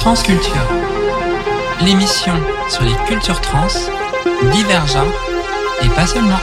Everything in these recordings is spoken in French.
Transculture, l'émission sur les cultures trans, divers genres et pas seulement.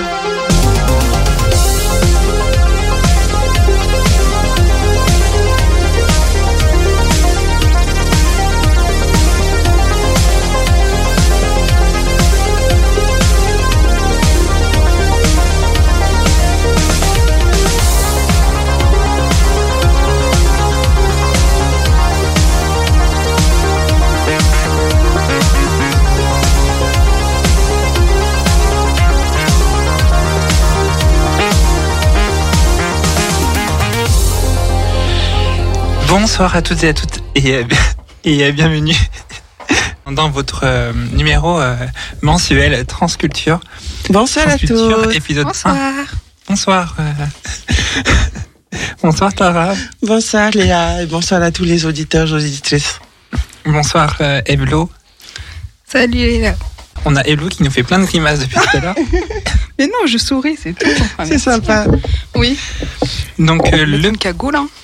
Bonsoir à toutes et à toutes et bienvenue dans votre numéro mensuel Transculture. Bonsoir à tous. Épisode Bonsoir. 1. Bonsoir. Bonsoir Tara. Bonsoir Léa et bonsoir à tous les auditeurs et auditrices. Bonsoir Evlo. Salut Léa. On a Evlo qui nous fait plein de grimaces depuis tout à l'heure. Mais non, je souris, c'est tout. C'est sympa. Oui. Donc le cagoule, hein.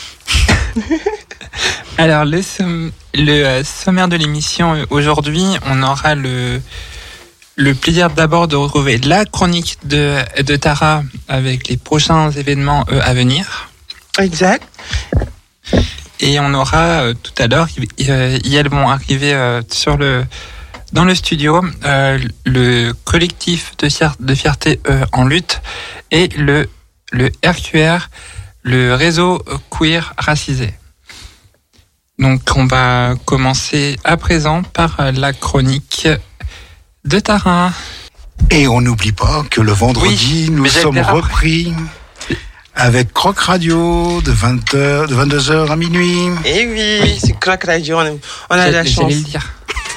Alors le sommaire de l'émission aujourd'hui, on aura le plaisir d'abord de retrouver la chronique de Tara avec les prochains événements à venir. Exact. Et on aura tout à l'heure, elles vont arriver dans le studio, le collectif de fierté en lutte et le RQR, le réseau queer racisé. Donc on va commencer à présent par la chronique de Tara. Et on n'oublie pas que le vendredi, nous sommes repris avec Croc Radio de 22h à minuit. Et oui, c'est Croc Radio, on a de la chance. J'allais le dire.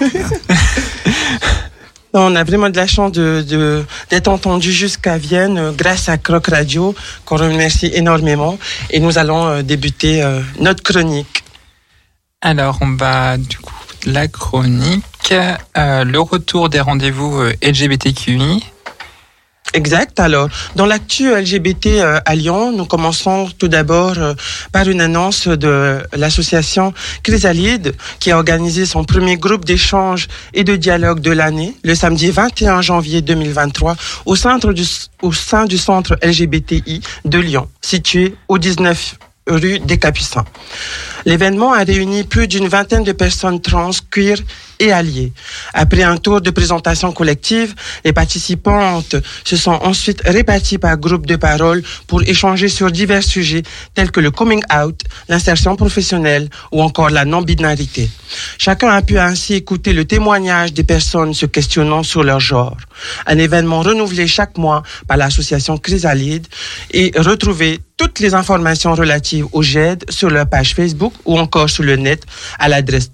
On a vraiment de la chance d'être entendu jusqu'à Vienne grâce à Croc Radio, qu'on remercie énormément. Et nous allons débuter notre chronique. Alors, on va du coup la chronique, le retour des rendez-vous LGBTQI. Exact. Alors, dans l'actu LGBT à Lyon, nous commençons tout d'abord par une annonce de l'association Chrysalide qui a organisé son premier groupe d'échange et de dialogue de l'année le samedi 21 janvier 2023 au sein du centre LGBTI de Lyon, situé au 19 rue des Capucins. L'événement a réuni plus d'une vingtaine de personnes trans, queer et alliées. Après un tour de présentation collective, les participantes se sont ensuite réparties par groupe de parole pour échanger sur divers sujets tels que le coming out, l'insertion professionnelle ou encore la non-binarité. Chacun a pu ainsi écouter le témoignage des personnes se questionnant sur leur genre. Un événement renouvelé chaque mois par l'association Chrysalide et retrouver toutes les informations relatives au GED sur leur page Facebook ou encore sur le net à l'adresse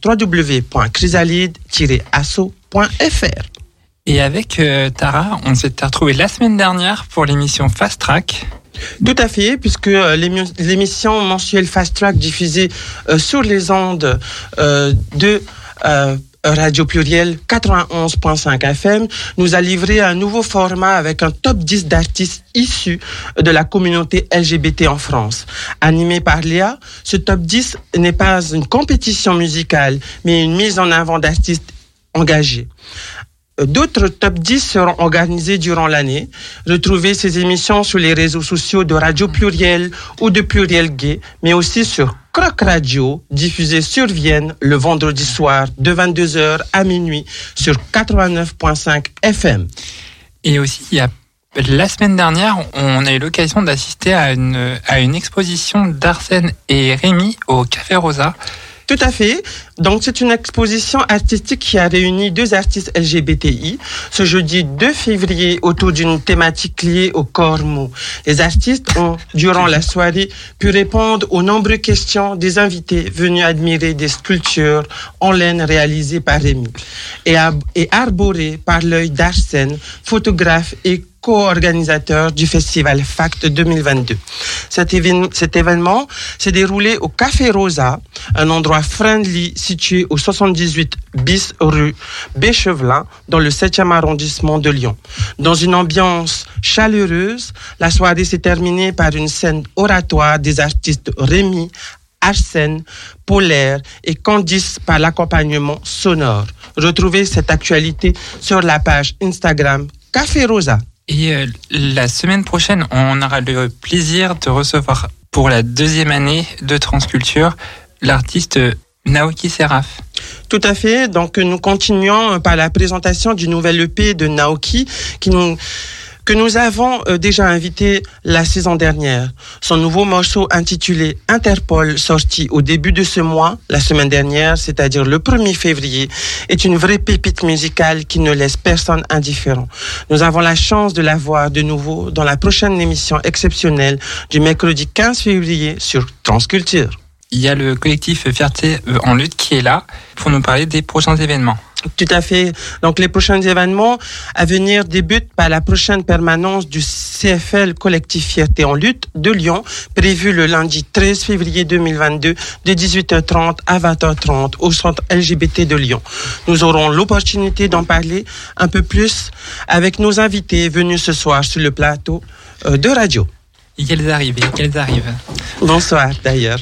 www.chrysalide-asso.fr. Et avec Tara, on s'était retrouvés la semaine dernière pour l'émission Fast Track. Tout à fait, puisque l'émission mensuelle Fast Track diffusée sur les ondes de Radio Pluriel 91.5 FM nous a livré un nouveau format avec un top 10 d'artistes issus de la communauté LGBT en France. Animé par Léa, ce top 10 n'est pas une compétition musicale, mais une mise en avant d'artistes engagés. D'autres top 10 seront organisés durant l'année. Retrouvez ces émissions sur les réseaux sociaux de Radio Pluriel ou de Pluriel Gay, mais aussi sur Croc Radio, diffusé sur Vienne le vendredi soir de 22h à minuit sur 89.5 FM. Et aussi, la semaine dernière, on a eu l'occasion d'assister à une exposition d'Arsène et Rémi au Café Rosa. Tout à fait. Donc, c'est une exposition artistique qui a réuni deux artistes LGBTI ce jeudi 2 février autour d'une thématique liée au corps mou. Les artistes ont, durant la soirée, pu répondre aux nombreuses questions des invités venus admirer des sculptures en laine réalisées par Rémi et arborées par l'œil d'Arsène, photographe et co-organisateur du festival FACT 2022. Cet événement s'est déroulé au Café Rosa, un endroit friendly situé au 78 bis rue Béchevelin, dans le 7e arrondissement de Lyon. Dans une ambiance chaleureuse, la soirée s'est terminée par une scène oratoire des artistes Rémi, Arsène, Polaire et Candice par l'accompagnement sonore. Retrouvez cette actualité sur la page Instagram Café Rosa. Et la semaine prochaine, on aura le plaisir de recevoir pour la 2e année de Transculture l'artiste Naoki Seraph. Tout à fait. Donc, nous continuons par la présentation du nouvel EP de Naoki que nous avons déjà invité la saison dernière. Son nouveau morceau intitulé Interpol, sorti au début de ce mois, la semaine dernière, c'est-à-dire le 1er février, est une vraie pépite musicale qui ne laisse personne indifférent. Nous avons la chance de la voir de nouveau dans la prochaine émission exceptionnelle du mercredi 15 février sur Transculture. Il y a le collectif Fierté en lutte qui est là pour nous parler des prochains événements. Tout à fait. Donc, les prochains événements à venir débutent par la prochaine permanence du CFL Collectif Fierté en lutte de Lyon, prévue le lundi 13 février 2022 de 18h30 à 20h30 au centre LGBT de Lyon. Nous aurons l'opportunité d'en parler un peu plus avec nos invités venus ce soir sur le plateau de radio. Qu'elles arrivent. Bonsoir d'ailleurs.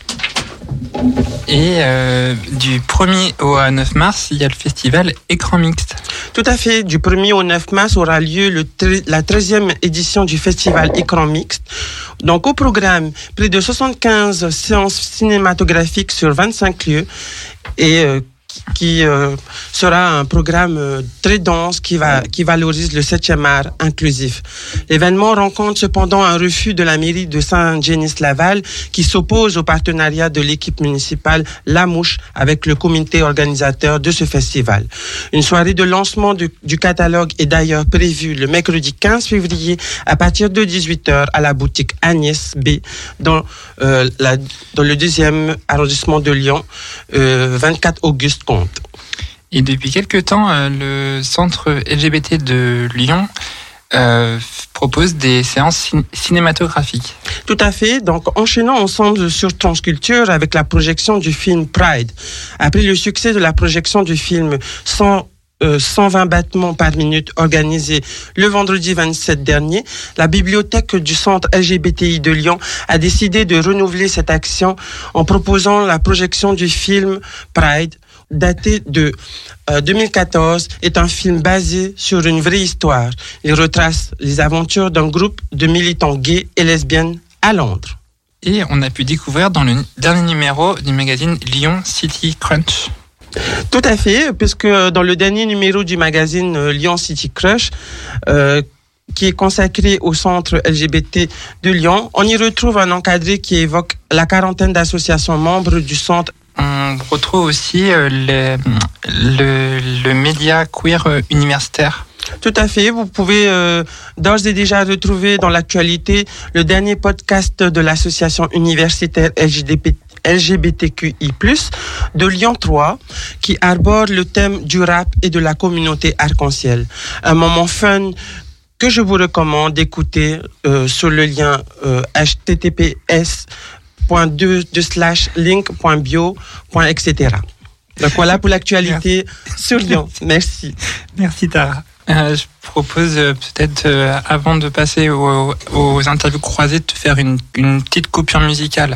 Et du 1er au 9 mars, il y a le festival Écran Mixte. Tout à fait. Du 1er au 9 mars aura lieu la 13e édition du festival Écran Mixte. Donc au programme, plus de 75 séances cinématographiques sur 25 lieux et qui sera un programme très dense qui valorise le 7e art inclusif. L'événement rencontre cependant un refus de la mairie de Saint-Genis-Laval qui s'oppose au partenariat de l'équipe municipale La Mouche avec le comité organisateur de ce festival. Une soirée de lancement du catalogue est d'ailleurs prévue le mercredi 15 février à partir de 18h à la boutique Agnès B dans le 2e arrondissement de Lyon, 24 Auguste Comte. Et depuis quelques temps, le centre LGBT de Lyon propose des séances cinématographiques. Tout à fait. Donc, enchaînons ensemble sur Transculture avec la projection du film Pride. Après le succès de la projection du film 120 battements par minute organisé le vendredi 27 dernier, la bibliothèque du centre LGBTI de Lyon a décidé de renouveler cette action en proposant la projection du film Pride, daté de 2014, est un film basé sur une vraie histoire. Il retrace les aventures d'un groupe de militants gays et lesbiennes à Londres. Et on a pu découvrir dans le dernier numéro du magazine Lyon City Crunch. Tout à fait, puisque dans le dernier numéro du magazine Lyon City Crush, qui est consacré au centre LGBT de Lyon, on y retrouve un encadré qui évoque la quarantaine d'associations membres du centre. On retrouve aussi le média queer universitaire. Tout à fait. Vous pouvez d'ores et déjà retrouver dans l'actualité le dernier podcast de l'association universitaire LGBTQI+, de Lyon 3, qui arbore le thème du rap et de la communauté arc-en-ciel. Un moment fun que je vous recommande d'écouter sur le lien https://link.bio.etc. Donc voilà pour l'actualité sur Lyon. Merci. Merci Tara. Je propose peut-être, avant de passer aux interviews croisées, de faire une petite coupure musicale.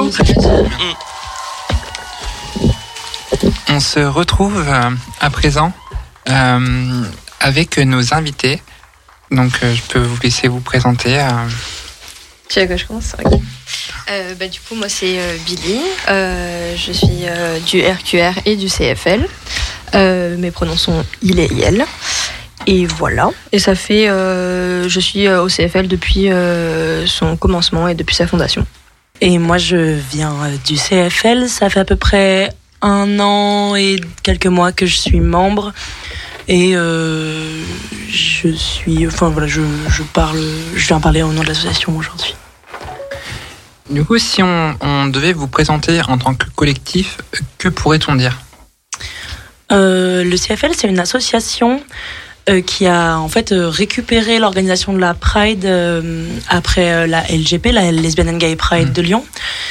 tout. On se retrouve à présent avec nos invités. Donc, je peux vous laisser vous présenter. Tu veux que je commence? Okay. Du coup, moi, c'est Billy. Je suis du RQR et du CFL. Mes pronoms sont il et elle. Et voilà. Et ça fait... je suis au CFL depuis son commencement et depuis sa fondation. Et moi, je viens du CFL. Ça fait à peu près 1 an et quelques mois que je suis membre. Et je suis... Enfin, voilà, je viens parler au nom de l'association aujourd'hui. Du coup, si on devait vous présenter en tant que collectif, que pourrait-on dire ? Le CFL, c'est une association qui a en fait récupéré l'organisation de la Pride après la LGP, la Lesbian and Gay Pride de Lyon.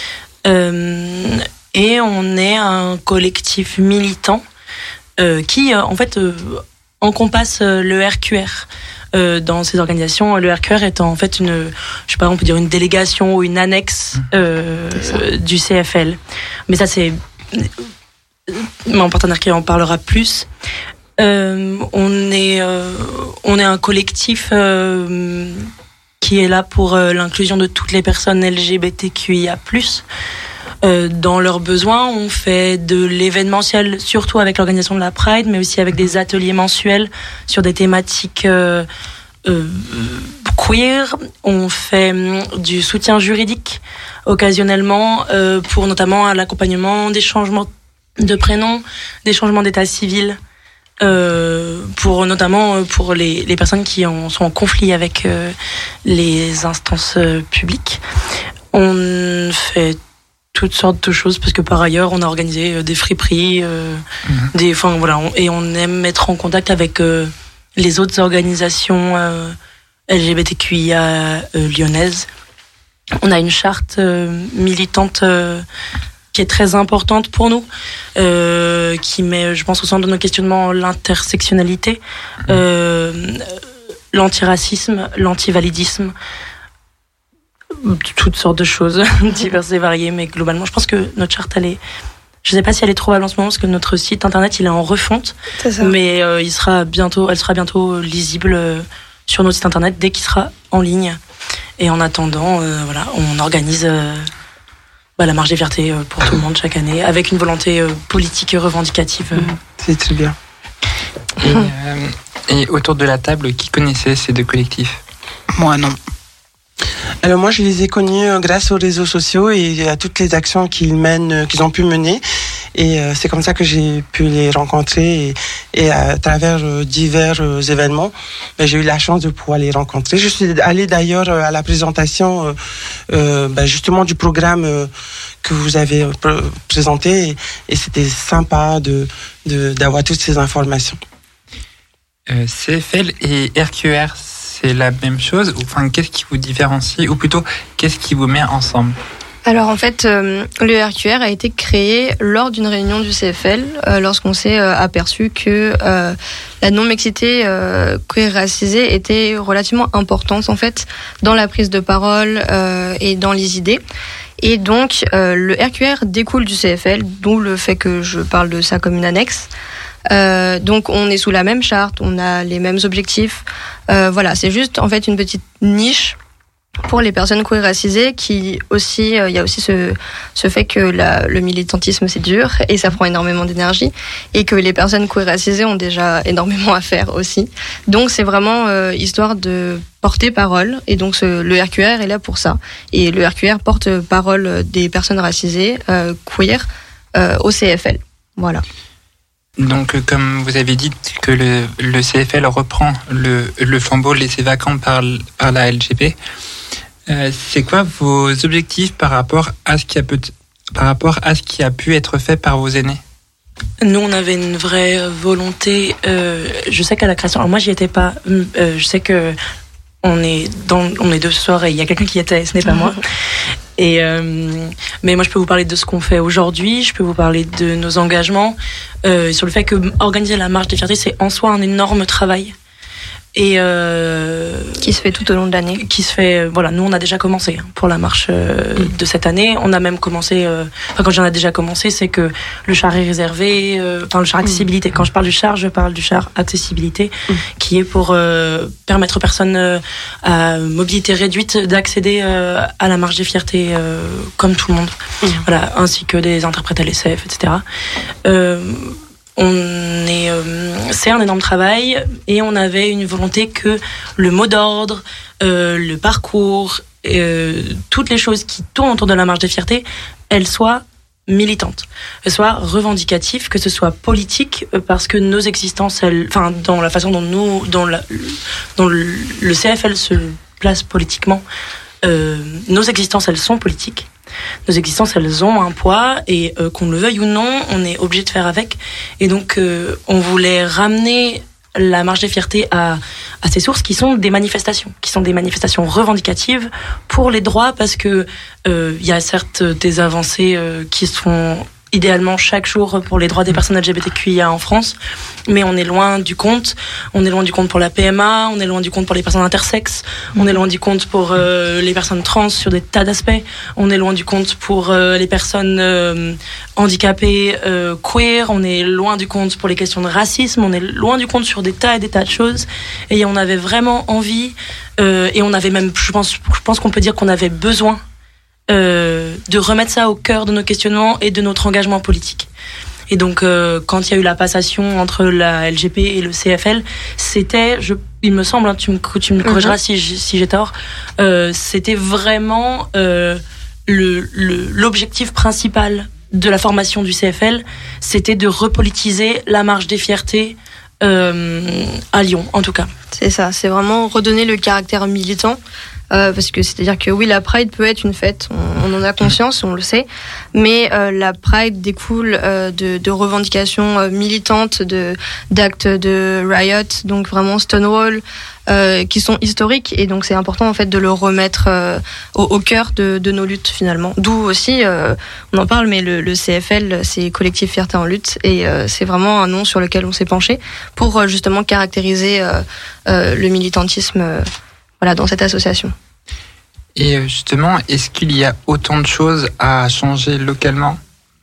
Et on est un collectif militant qui en fait encompasse le RQR. Dans ces organisations, le RQR étant en fait on peut dire une délégation ou une annexe du CFL. Mais ça, c'est mon partenaire qui en parlera plus. On est un collectif qui est là pour l'inclusion de toutes les personnes LGBTQIA+. Dans leurs besoins, on fait de l'événementiel, surtout avec l'organisation de la Pride, mais aussi avec des ateliers mensuels sur des thématiques queer. On fait du soutien juridique occasionnellement pour notamment l'accompagnement des changements de prénom, des changements d'état civil, pour les personnes qui sont en conflit avec les instances publiques. On fait toutes sortes de choses parce que par ailleurs on a organisé des friperies, et on aime mettre en contact avec les autres organisations LGBTQIA lyonnaises. On a une charte militante qui est très importante pour nous, qui met, je pense, au centre de nos questionnements l'intersectionnalité, l'antiracisme, l'antivalidisme, toutes sortes de choses diverses et variées, mais globalement, je pense que notre charte, je ne sais pas si elle est trouvable en ce moment, parce que notre site internet, il est en refonte, mais elle sera bientôt lisible sur notre site internet dès qu'il sera en ligne. Et en attendant, on organise la marche des fiertés pour tout le monde chaque année, avec une volonté politique et revendicative. C'est très bien. Et autour de la table, qui connaissait ces deux collectifs ? Moi, non. Alors moi, je les ai connus grâce aux réseaux sociaux et à toutes les actions qu'ils ont pu mener. Et c'est comme ça que j'ai pu les rencontrer et à travers divers événements, j'ai eu la chance de pouvoir les rencontrer. Je suis allée d'ailleurs à la présentation justement du programme que vous avez présenté et c'était sympa d'avoir toutes ces informations. CFL et RQR, c'est la même chose? Enfin, qu'est-ce qui vous différencie? Ou plutôt, qu'est-ce qui vous met ensemble? Alors en fait, le RQR a été créé lors d'une réunion du CFL, lorsqu'on s'est aperçu que la non-mixité queer racisée était relativement importante en fait dans la prise de parole et dans les idées. Et donc le RQR découle du CFL, d'où le fait que je parle de ça comme une annexe. Donc on est sous la même charte, on a les mêmes objectifs. C'est juste en fait une petite niche pour les personnes queer racisées qui aussi, il y a aussi ce fait que le militantisme c'est dur et ça prend énormément d'énergie et que les personnes queer racisées ont déjà énormément à faire aussi. Donc c'est vraiment histoire de porter parole et donc le RQR est là pour ça. Et le RQR porte parole des personnes racisées queer au CFL. Voilà. Donc, comme vous avez dit que le CFL reprend le flambeau laissé vacant par la LGP, c'est quoi vos objectifs par rapport à ce qui a pu être fait par vos aînés? Nous, on avait une vraie volonté. Je sais qu'à la création, alors moi, j'y étais pas. Je sais que on est deux ce soir et il y a quelqu'un qui y était. Ce n'est pas moi. Mais moi, je peux vous parler de ce qu'on fait aujourd'hui. Je peux vous parler de nos engagements sur le fait que organiser la marche des fiertés, c'est en soi un énorme travail. Et qui se fait tout au long de l'année. Qui se fait, voilà, nous on a déjà commencé pour la marche de cette année. On a même commencé, quand j'en ai déjà commencé, c'est que le char est réservé, le char accessibilité. Quand je parle du char accessibilité, qui est pour permettre aux personnes à mobilité réduite d'accéder à la marche des fiertés comme tout le monde. Voilà, ainsi que des interprètes à l'ESF, etc. C'est un énorme travail et on avait une volonté que le mot d'ordre, le parcours, toutes les choses qui tournent autour de la marche des fiertés, elles soient militantes, qu'elles soient revendicatives, que ce soit politique, parce que nos existences, dans la façon dont le CFL se place politiquement, nos existences, elles sont politiques. Nos existences, elles ont un poids et qu'on le veuille ou non, on est obligé de faire avec. Et donc, on voulait ramener la marche des fiertés à ses sources, qui sont des manifestations revendicatives pour les droits, parce que il y a certes des avancées qui sont idéalement chaque jour pour les droits des personnes LGBTQIA en France, mais on est loin du compte. On est loin du compte pour la PMA, on est loin du compte pour les personnes intersexes, on est loin du compte pour les personnes trans sur des tas d'aspects, on est loin du compte pour les personnes handicapées, queer, on est loin du compte pour les questions de racisme, on est loin du compte sur des tas et des tas de choses. Et on avait vraiment envie, et on avait même, je pense qu'on peut dire qu'on avait besoin de remettre ça au cœur de nos questionnements et de notre engagement politique. Et donc, quand il y a eu la passation entre la LGP et le CFL, c'était, il me semble, tu me corrigeras si j'ai tort, c'était vraiment l'objectif principal de la formation du CFL, c'était de repolitiser la marche des fiertés à Lyon, en tout cas. C'est ça, c'est vraiment redonner le caractère militant. Parce que c'est-à-dire que oui, la Pride peut être une fête, on en a conscience, on le sait, mais la Pride découle de revendications militantes, d'actes de riot, donc vraiment Stonewall, qui sont historiques, et donc c'est important en fait de le remettre au cœur de nos luttes finalement. D'où aussi, on en parle, mais le CFL, c'est Collectif Fierté en lutte, et c'est vraiment un nom sur lequel on s'est penché pour justement caractériser le militantisme. Voilà, dans cette association. Et justement, est-ce qu'il y a autant de choses à changer localement ?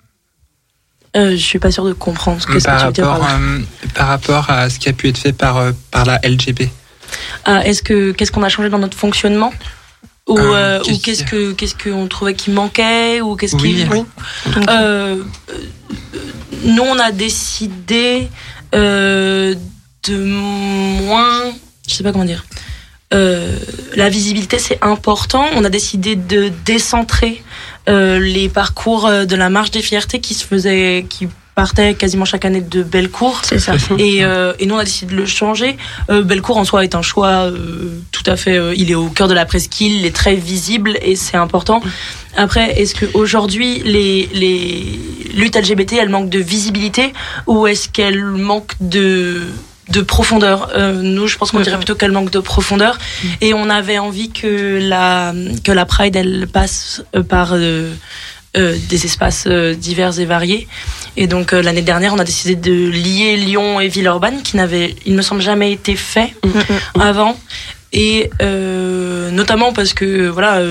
Je suis pas sûre de comprendre ce que tu veux dire par rapport à ce qui a pu être fait par la LGB. Qu'est-ce qu'on a changé dans notre fonctionnement ou qu'est-ce qu'on trouvait qui manquait ou qu'est-ce qui... Oui. Nous, on a décidé de moins... Je sais pas comment dire. La visibilité, c'est important. On a décidé de décentrer les parcours de la marche des fiertés qui partaient quasiment chaque année de Bellecour. C'est ça. Et nous, on a décidé de le changer. Bellecour, en soi, est un choix tout à fait... il est au cœur de la presqu'île, il est très visible et c'est important. Après, est-ce qu'aujourd'hui, les luttes LGBT, elles manquent de visibilité ou est-ce qu'elles manquent de profondeur? Nous, je pense qu'on dirait plutôt qu'elle manque de profondeur. Et on avait envie que la Pride, elle passe par des espaces divers et variés. Et donc, l'année dernière, on a décidé de lier Lyon et Villeurbanne, qui n'avait, il me semble, jamais été fait avant. Et notamment parce que, voilà,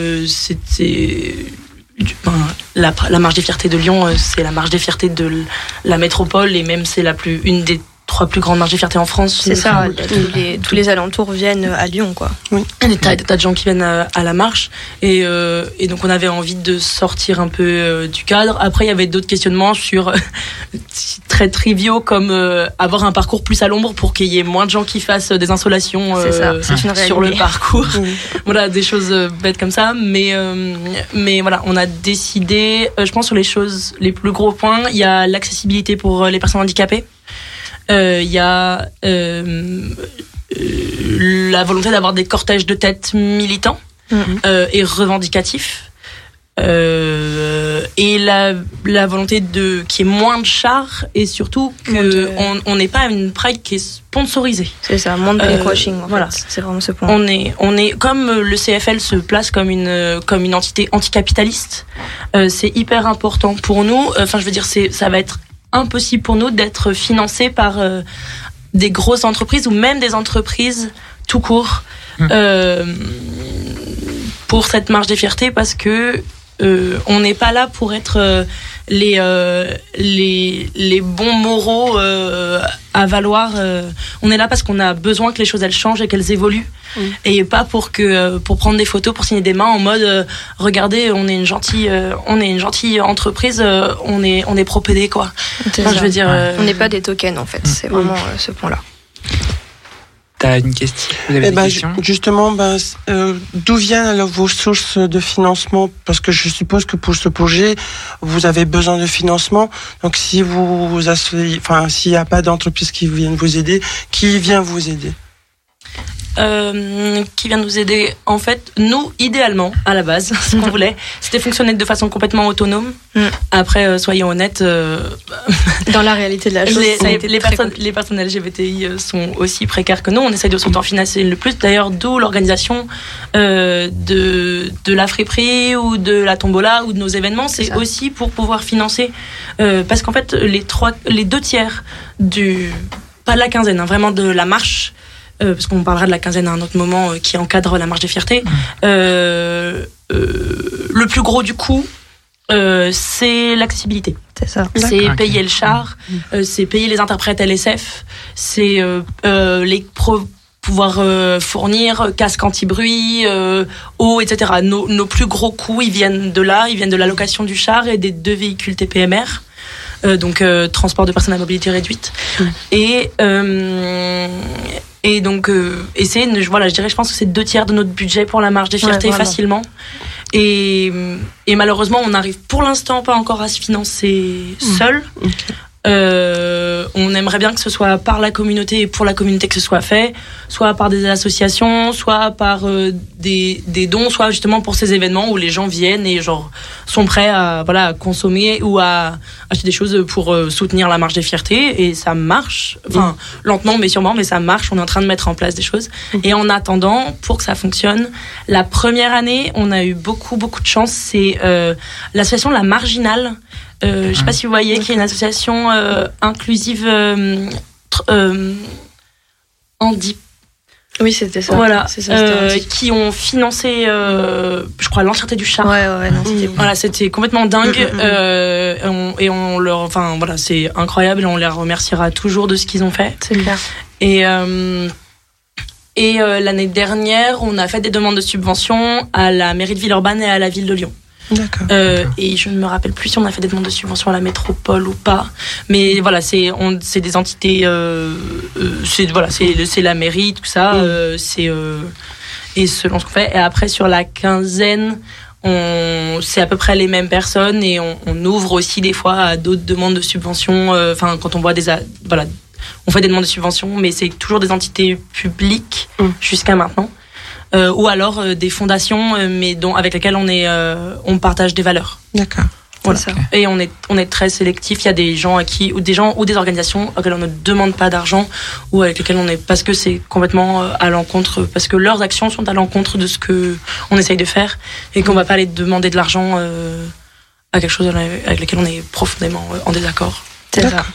la marche des fiertés de Lyon, c'est la marche des fiertés de la métropole, et même c'est une des 3 plus grandes marches des fiertés en France. C'est ça, tous les alentours viennent à Lyon, quoi. Oui. Il y a des tas de gens qui viennent à la marche, et donc on avait envie de sortir un peu du cadre. Après, il y avait d'autres questionnements sur très triviaux, comme avoir un parcours plus à l'ombre pour qu'il y ait moins de gens qui fassent des installations sur le parcours. Voilà, des choses bêtes comme ça. Mais voilà, on a décidé, je pense, sur les plus gros points, il y a l'accessibilité pour les personnes handicapées. Il y a la volonté d'avoir des cortèges de tête militants et revendicatifs, et la volonté qu'il y ait moins de chars, et surtout qu'on n'ait pas une Pride qui est sponsorisée. C'est ça, moins de pinkwashing. Voilà, c'est vraiment ce point. On est comme le CFL se place comme une entité anticapitaliste. C'est hyper important pour nous. Enfin, je veux dire, ça va être impossible pour nous d'être financés par des grosses entreprises ou même des entreprises tout court pour cette marche des fiertés, parce que on n'est pas là pour être les bons moraux à valoir. On est là parce qu'on a besoin que les choses elles changent et qu'elles évoluent, et pas pour prendre des photos, pour signer des mains en mode regardez, on est une gentille entreprise, on est pro PD quoi. Enfin, je veux dire, on n'est pas des tokens en fait. C'est vraiment ce point-là. T'as une question? Vous avez des questions? Justement, d'où viennent alors vos sources de financement? Parce que je suppose que pour ce projet, vous avez besoin de financement. Donc, si s'il n'y a pas d'entreprise qui vienne vous aider, qui vient vous aider? Qui vient nous aider. En fait, nous, idéalement, à la base, ce qu'on voulait, c'était fonctionner de façon complètement autonome. Après, soyons honnêtes, dans la réalité de la chose, les personnes LGBTI sont aussi précaires que nous. On essaye de s'auto-financer le plus. D'ailleurs, d'où l'organisation de la friperie ou de la tombola ou de nos événements. C'est aussi pour pouvoir financer. Parce qu'en fait, les 2 tiers pas de la quinzaine, vraiment de la marche, parce qu'on parlera de la quinzaine à un autre moment qui encadre la marche des fiertés. Le plus gros du coup, c'est l'accessibilité. C'est ça. C'est payer le char, c'est payer les interprètes LSF, c'est pouvoir fournir casque anti-bruit, eau, etc. Nos plus gros coûts, ils viennent de là, ils viennent de la location du char et des 2 véhicules TPMR. Donc transport de personnes à mobilité réduite. Et donc je pense que c'est 2 tiers de notre budget pour la marche des fiertés facilement. Et malheureusement, on n'arrive pour l'instant pas encore à se financer seul. On aimerait bien que ce soit par la communauté et pour la communauté que ce soit fait, soit par des associations, soit par des dons, soit justement pour ces événements où les gens viennent et sont prêts à consommer ou à acheter des choses pour soutenir la marche des fiertés, et ça marche, lentement mais sûrement, mais ça marche. On est en train de mettre en place des choses, et en attendant, pour que ça fonctionne, la première année on a eu beaucoup de chance. C'est l'association La Marginale. Je sais pas si vous voyez, qui est une association inclusive handicap. Oui, c'était ça. Voilà, c'est ça, qui ont financé, je crois, l'entièreté du char. C'était complètement dingue. C'est incroyable, et on les remerciera toujours de ce qu'ils ont fait. C'est clair. Et l'année dernière, on a fait des demandes de subventions à la mairie de Villeurbanne et à la ville de Lyon. D'accord. Et je ne me rappelle plus si on a fait des demandes de subventions à la métropole ou pas, mais voilà, c'est des entités, c'est la mairie, tout ça, et selon ce qu'on fait. Et après, sur la quinzaine, c'est à peu près les mêmes personnes, et on ouvre aussi des fois à d'autres demandes de subventions. Quand on voit on fait des demandes de subventions, mais c'est toujours des entités publiques jusqu'à maintenant. Ou alors des fondations, mais avec lesquelles on partage des valeurs. D'accord. Voilà. Et on est très sélectif. Il y a des gens ou des organisations auxquelles on ne demande pas d'argent, ou avec lesquelles parce que c'est complètement à l'encontre, parce que leurs actions sont à l'encontre de ce que on essaye de faire, et qu'on va pas aller demander de l'argent à quelque chose avec lequel on est profondément en désaccord. C'est ça.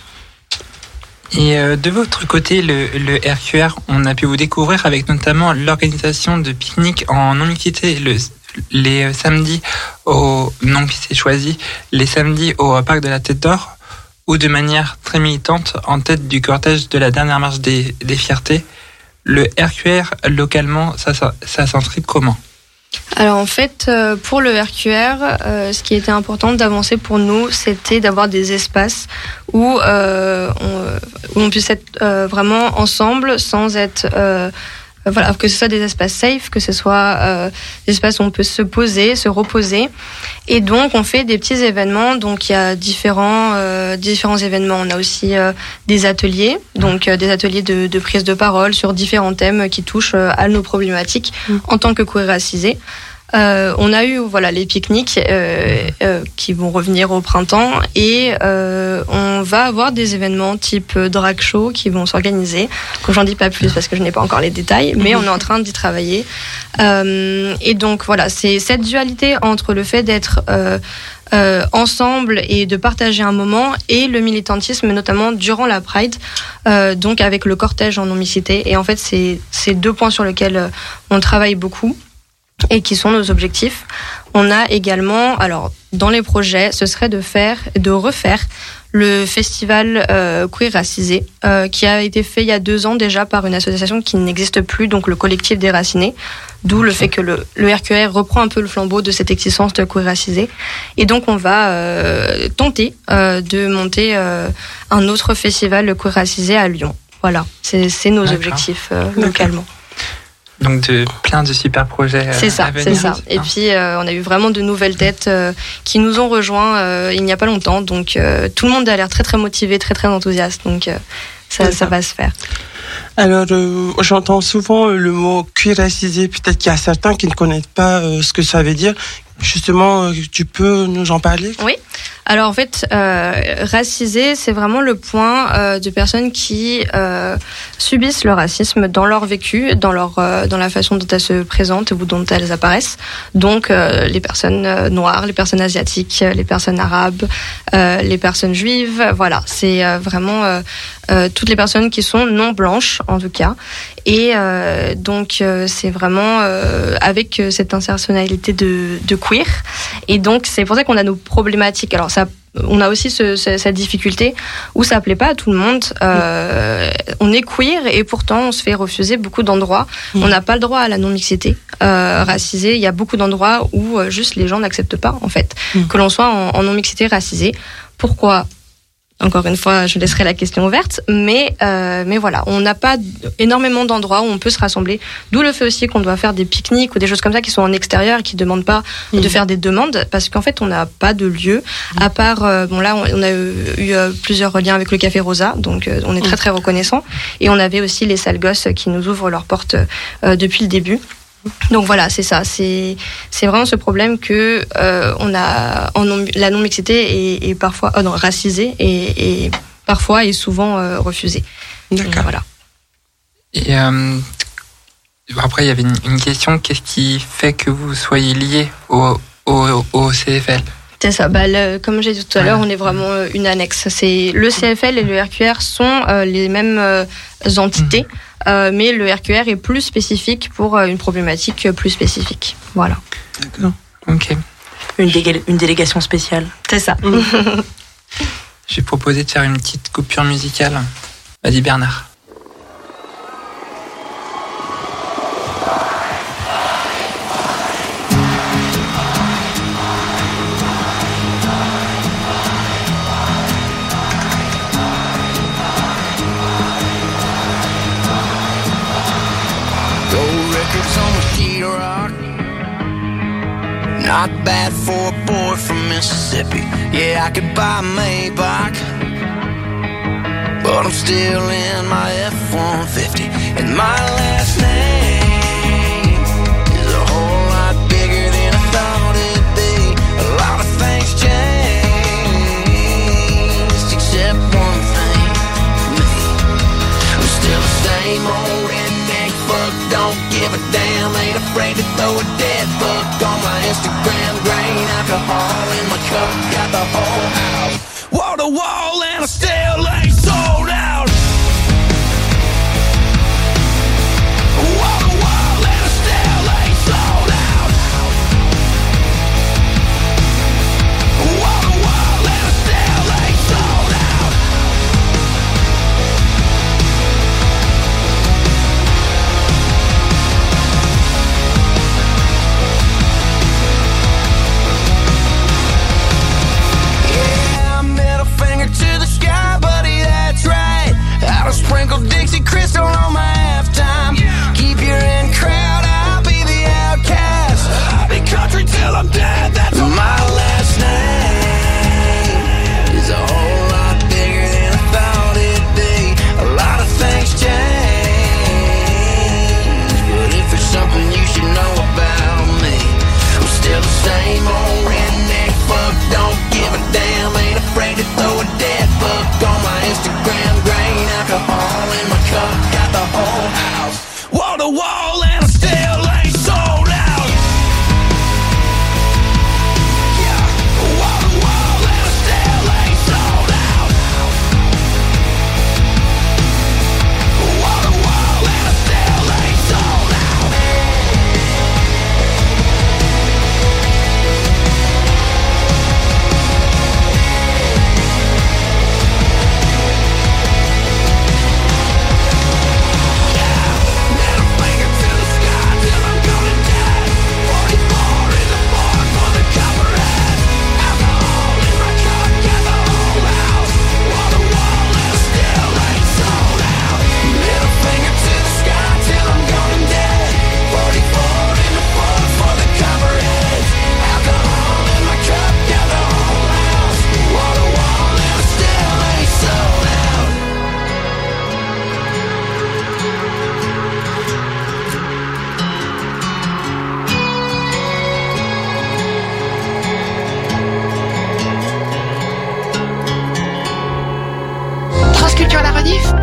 Et de votre côté, le RQR, on a pu vous découvrir avec notamment l'organisation de pique-niques en non-mixité les samedis non-mixité choisi, les samedis au Parc de la Tête d'Or, ou de manière très militante en tête du cortège de la dernière marche des fiertés. Le RQR, localement, ça s'inscrit comment ? Alors en fait, pour le RQR, ce qui était important d'avancer pour nous, c'était d'avoir des espaces où on puisse être vraiment ensemble sans être... que ce soit des espaces safe, que ce soit des espaces où on peut se poser, se reposer. Et donc, on fait des petits événements. Donc, il y a différents événements. On a aussi des ateliers, donc des ateliers de prise de parole sur différents thèmes qui touchent à nos problématiques en tant que queer racisés. On a eu les pique-niques qui vont revenir au printemps, et on va avoir des événements type drag show qui vont s'organiser. Donc j'en dis pas plus parce que je n'ai pas encore les détails, mais on est en train d'y travailler. Et donc c'est cette dualité entre le fait d'être ensemble et de partager un moment, et le militantisme notamment durant la Pride, donc avec le cortège en non-mixité. Et en fait, c'est 2 points sur lesquels on travaille beaucoup et qui sont nos objectifs. On a également, alors dans les projets, ce serait de refaire le festival Queer Racisé, qui a été fait il y a 2 ans déjà par une association qui n'existe plus, donc le collectif Déraciné, d'où le fait que le RQR reprend un peu le flambeau de cette existence de Queer Racisé. Et donc on va tenter de monter un autre festival Queer Racisé à Lyon. Voilà, c'est nos objectifs localement. Donc plein de super projets. C'est ça. Et puis on a eu vraiment de nouvelles têtes qui nous ont rejoints il n'y a pas longtemps. Donc tout le monde a l'air très très motivé, très très enthousiaste. Donc ça va se faire. Alors j'entends souvent le mot queer racisé. Peut-être qu'il y a certains qui ne connaissent pas ce que ça veut dire. Justement, tu peux nous en parler ? Oui. Alors en fait, racisé, c'est vraiment le point de personnes qui subissent le racisme dans leur vécu, dans la façon dont elles se présentent ou dont elles apparaissent. Donc les personnes noires, les personnes asiatiques, les personnes arabes, les personnes juives. Voilà, c'est vraiment toutes les personnes qui sont non blanches en tout cas. Et donc c'est vraiment avec cette intersectionnalité de queer. Et donc c'est pour ça qu'on a nos problématiques. Alors on a aussi cette difficulté où ça plaît pas à tout le monde. On est queer et pourtant on se fait refuser beaucoup d'endroits. On n'a pas le droit à la non-mixité racisée. Il y a beaucoup d'endroits où juste les gens n'acceptent pas en fait que l'on soit en non-mixité racisée. Pourquoi ? Encore une fois, je laisserai la question ouverte, mais voilà, on n'a pas énormément d'endroits où on peut se rassembler. D'où le fait aussi qu'on doit faire des pique-niques ou des choses comme ça qui sont en extérieur et qui ne demandent pas de faire des demandes, parce qu'en fait, on n'a pas de lieu. À part, là, on a eu plusieurs liens avec le Café Rosa, donc on est très très reconnaissant. Et on avait aussi les Sales Gosses qui nous ouvrent leurs portes depuis le début. Donc voilà, c'est ça. C'est vraiment ce problème que on a la non-mixité est parfois racisée et parfois est souvent refusée. D'accord. Voilà. Et après, il y avait une question. Qu'est-ce qui fait que vous soyez liés au CFL ? C'est ça. Comme j'ai dit tout à l'heure, on est vraiment une annexe. C'est le CFL et le RQR sont les mêmes entités. Mais le RQR est plus spécifique pour une problématique plus spécifique. Voilà. D'accord. Ok. Une délégation spéciale. C'est ça. J'ai proposé de faire une petite coupure musicale. Vas-y Bernard. Not bad for a boy from Mississippi. Yeah, I could buy a Maybach, but I'm still in my F-150. And my last name is a whole lot bigger than I thought it'd be. A lot of things changed, except one thing, me. I'm still the same old redneck fuck, don't give a damn, ain't afraid to throw a dead fuck on my Instagram, grain alcohol in my cup, got the whole house wall to wall, and I still ain't sold out. Wall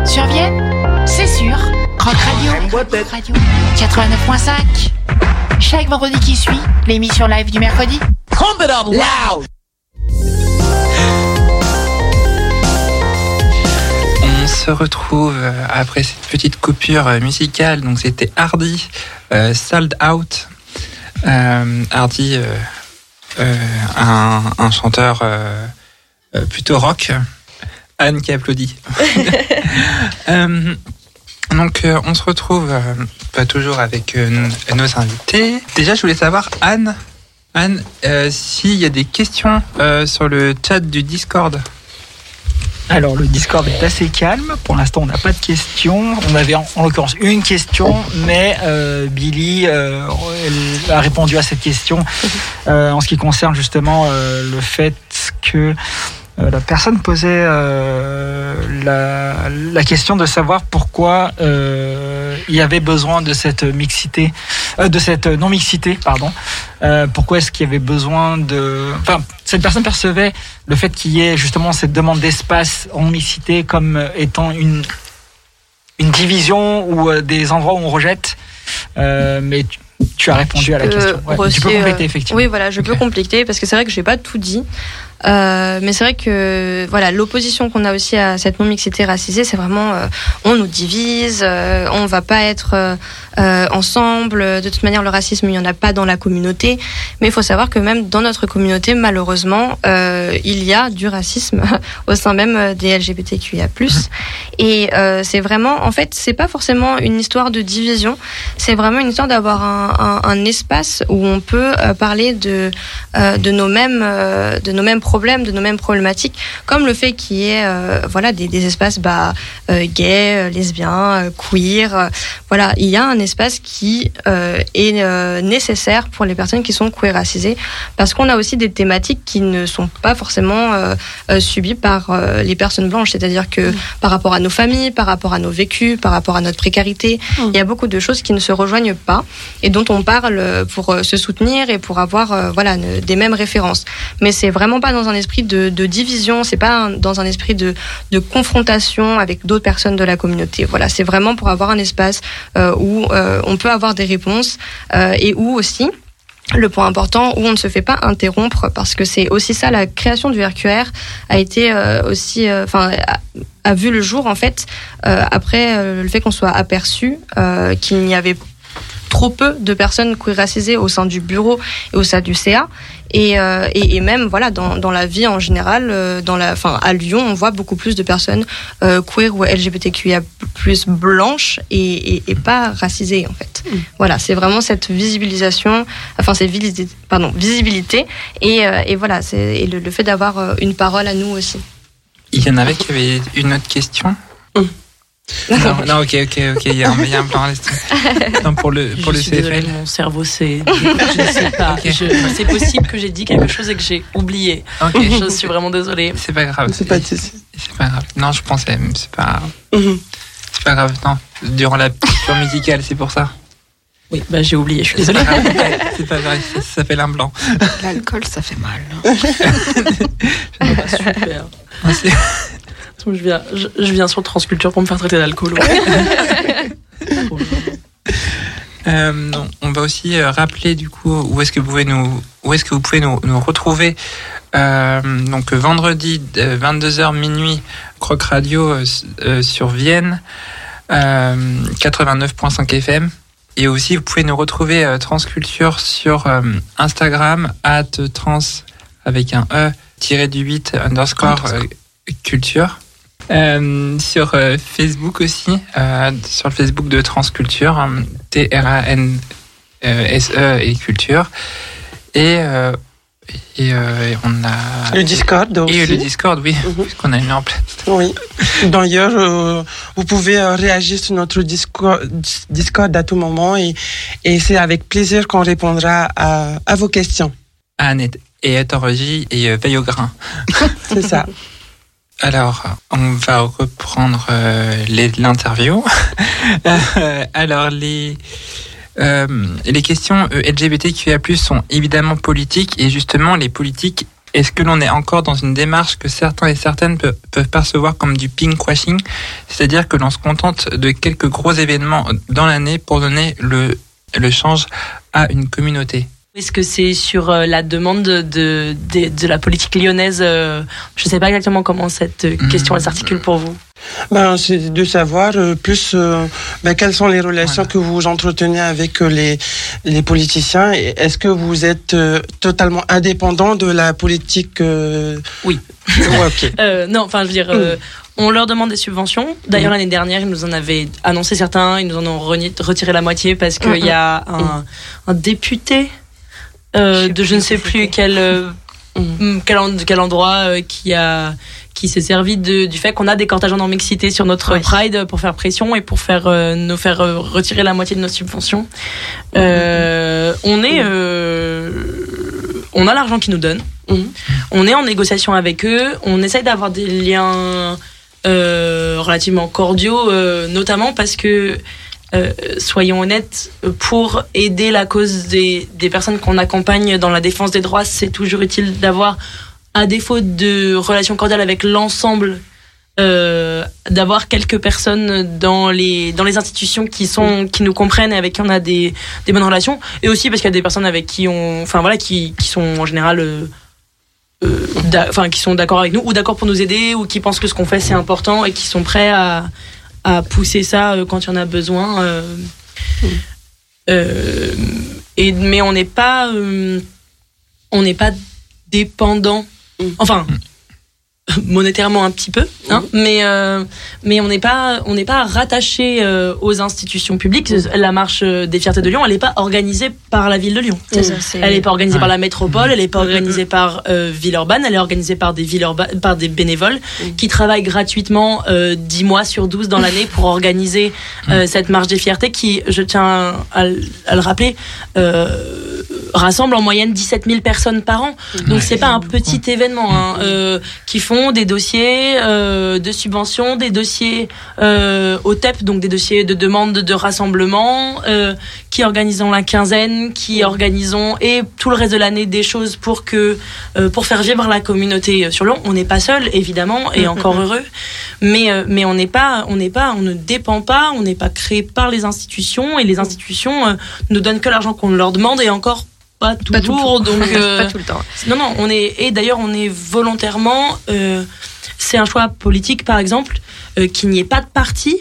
Sur Vienne, c'est sûr. Rock Radio. 89.5. Chaque vendredi qui suit, l'émission live du mercredi. Pump it up loud. On se retrouve après cette petite coupure musicale. Donc c'était Hardy, Sold Out. Hardy, un chanteur plutôt rock. Anne qui applaudit. Donc on se retrouve toujours avec nos invités. Déjà je voulais savoir Anne, s'il y a des questions sur le chat du Discord. Alors le Discord est assez calme, pour l'instant on n'a pas de questions. On avait en l'occurrence une question, mais Billy elle a répondu à cette question en ce qui concerne justement le fait que la personne posait la question de savoir pourquoi il y avait besoin de cette mixité, de cette non-mixité, pardon. Pourquoi est-ce qu'il y avait besoin de... Enfin, cette personne percevait le fait qu'il y ait justement cette demande d'espace en mixité comme étant une division ou des endroits où on rejette. Mais tu as répondu à la question. Ouais, tu peux compléter effectivement. Oui, voilà, je peux compléter parce que c'est vrai que je n'ai pas tout dit. Mais c'est vrai que voilà, l'opposition qu'on a aussi à cette non-mixité racisée, c'est vraiment on nous divise, on va pas être ensemble. De toute manière, le racisme, il y en a pas dans la communauté. Mais il faut savoir que même dans notre communauté, malheureusement, il y a du racisme au sein même des LGBTQIA+. Et c'est vraiment, en fait, c'est pas forcément une histoire de division. C'est vraiment une histoire d'avoir un espace où on peut parler de nos mêmes problèmes, de nos mêmes problématiques, comme le fait qu'il y ait voilà des espaces gays, lesbiens, queer. Voilà, il y a un espace qui est nécessaire pour les personnes qui sont queer racisées, parce qu'on a aussi des thématiques qui ne sont pas forcément subies par les personnes blanches, c'est-à-dire que par rapport à nos familles, par rapport à nos vécus, par rapport à notre précarité, il y a beaucoup de choses qui ne se rejoignent pas et dont on parle pour se soutenir et pour avoir des mêmes références. Mais c'est vraiment pas dans un esprit de division, c'est pas dans un esprit de confrontation avec d'autres personnes de la communauté. Voilà, c'est vraiment pour avoir un espace où on peut avoir des réponses et où aussi, le point important, où on ne se fait pas interrompre, parce que c'est aussi ça, la création du RQR a été aussi, a vu le jour en fait après le fait qu'on soit aperçu qu'il n'y avait trop peu de personnes queer racisées au sein du bureau et au sein du CA. Et même voilà dans la vie en général, à Lyon, on voit beaucoup plus de personnes queer ou LGBTQIA+ blanches et pas racisées en fait. Voilà, c'est vraiment cette visibilisation, visibilité et voilà, c'est le fait d'avoir une parole à nous aussi. Il y en avait qui avaient une autre question. Non, ok, il y a un plan. Non, pour le CFL. Désolée, mon cerveau c'est. Je sais pas. Okay. C'est possible que j'ai dit quelque chose et que j'ai oublié. Okay. Je suis vraiment désolée. C'est pas grave. C'est pas grave. Non, je pensais, c'est pas. C'est pas grave. Non, durant la pure musicale, c'est pour ça. Oui, j'ai oublié. Je suis désolée. C'est pas grave. Ça s'appelle un blanc. L'alcool, ça fait mal. Super. Je viens sur Transculture pour me faire traiter d'alcool. Non, on va aussi rappeler du coup où est-ce que vous pouvez nous retrouver. Donc vendredi 22h minuit, Croc Radio sur Vienne, 89.5 FM. Et aussi vous pouvez nous retrouver Transculture sur Instagram @trans avec un e-8 _ culture. Sur Facebook aussi, sur le Facebook de Transculture, TRANSE et Culture. Et on a... Le Discord aussi. Et le Discord, oui, puisqu'on a mis en place. Oui. D'ailleurs, vous pouvez réagir sur notre Discord à tout moment et c'est avec plaisir qu'on répondra à vos questions. Anne est en régie et veille au grain. C'est ça. Alors, on va reprendre l'interview. Alors, les questions LGBTQIA+ sont évidemment politiques, et justement, les politiques est-ce que l'on est encore dans une démarche que certains et certaines peuvent percevoir comme du pinkwashing, c'est-à-dire que l'on se contente de quelques gros événements dans l'année pour donner le change à une communauté? Est-ce que c'est sur la demande de la politique lyonnaise? Je ne sais pas exactement comment cette question elle s'articule pour vous. C'est de savoir plus quelles sont les relations que vous entretenez avec les politiciens. Est-ce que vous êtes totalement indépendant de la politique? Oui. Okay. Non, enfin, je veux dire, on leur demande des subventions. D'ailleurs, l'année dernière, ils nous en avaient annoncé certains. Ils nous en ont retiré la moitié parce qu'il y a un député de je ne sais plus quel endroit qui s'est servi du fait qu'on a des cortèges en mixité sur notre Pride pour faire pression et pour nous faire retirer la moitié de nos subventions. On a l'argent qu'ils nous donnent. On est en négociation avec eux. On essaye d'avoir des liens relativement cordiaux, notamment parce que soyons honnêtes, pour aider la cause des personnes qu'on accompagne dans la défense des droits, c'est toujours utile d'avoir, à défaut de relations cordiales avec l'ensemble, d'avoir quelques personnes dans les institutions qui nous comprennent et avec qui on a des bonnes relations, et aussi parce qu'il y a des personnes avec qui qui sont en général qui sont d'accord avec nous ou d'accord pour nous aider ou qui pensent que ce qu'on fait c'est important et qui sont prêts à pousser ça quand il y en a besoin. Mais on n'est pas dépendant. Enfin, monétairement un petit peu, hein, mais on n'est pas rattaché aux institutions publiques. La marche des fiertés de Lyon, elle n'est pas organisée par la ville de Lyon. Elle n'est pas organisée par la métropole, elle n'est pas organisée par Villeurbanne, elle est organisée par des bénévoles qui travaillent gratuitement 10 mois sur 12 dans l'année pour organiser cette marche des fiertés qui, je tiens à le rappeler, rassemble en moyenne 17 000 personnes par an. Donc c'est pas un petit événement qui font des dossiers de subventions, des dossiers au TEP, donc des dossiers de demande de rassemblement, qui organisons la quinzaine, qui organisons et tout le reste de l'année des choses pour faire vivre la communauté sur Lyon. On n'est pas seul évidemment et encore heureux, mais on ne dépend pas, on n'est pas créé par les institutions et les institutions ne donnent que l'argent qu'on leur demande et encore pas toujours, donc pas tout le temps. Non, on est volontairement. C'est un choix politique, par exemple, qu'il n'y ait pas de parti.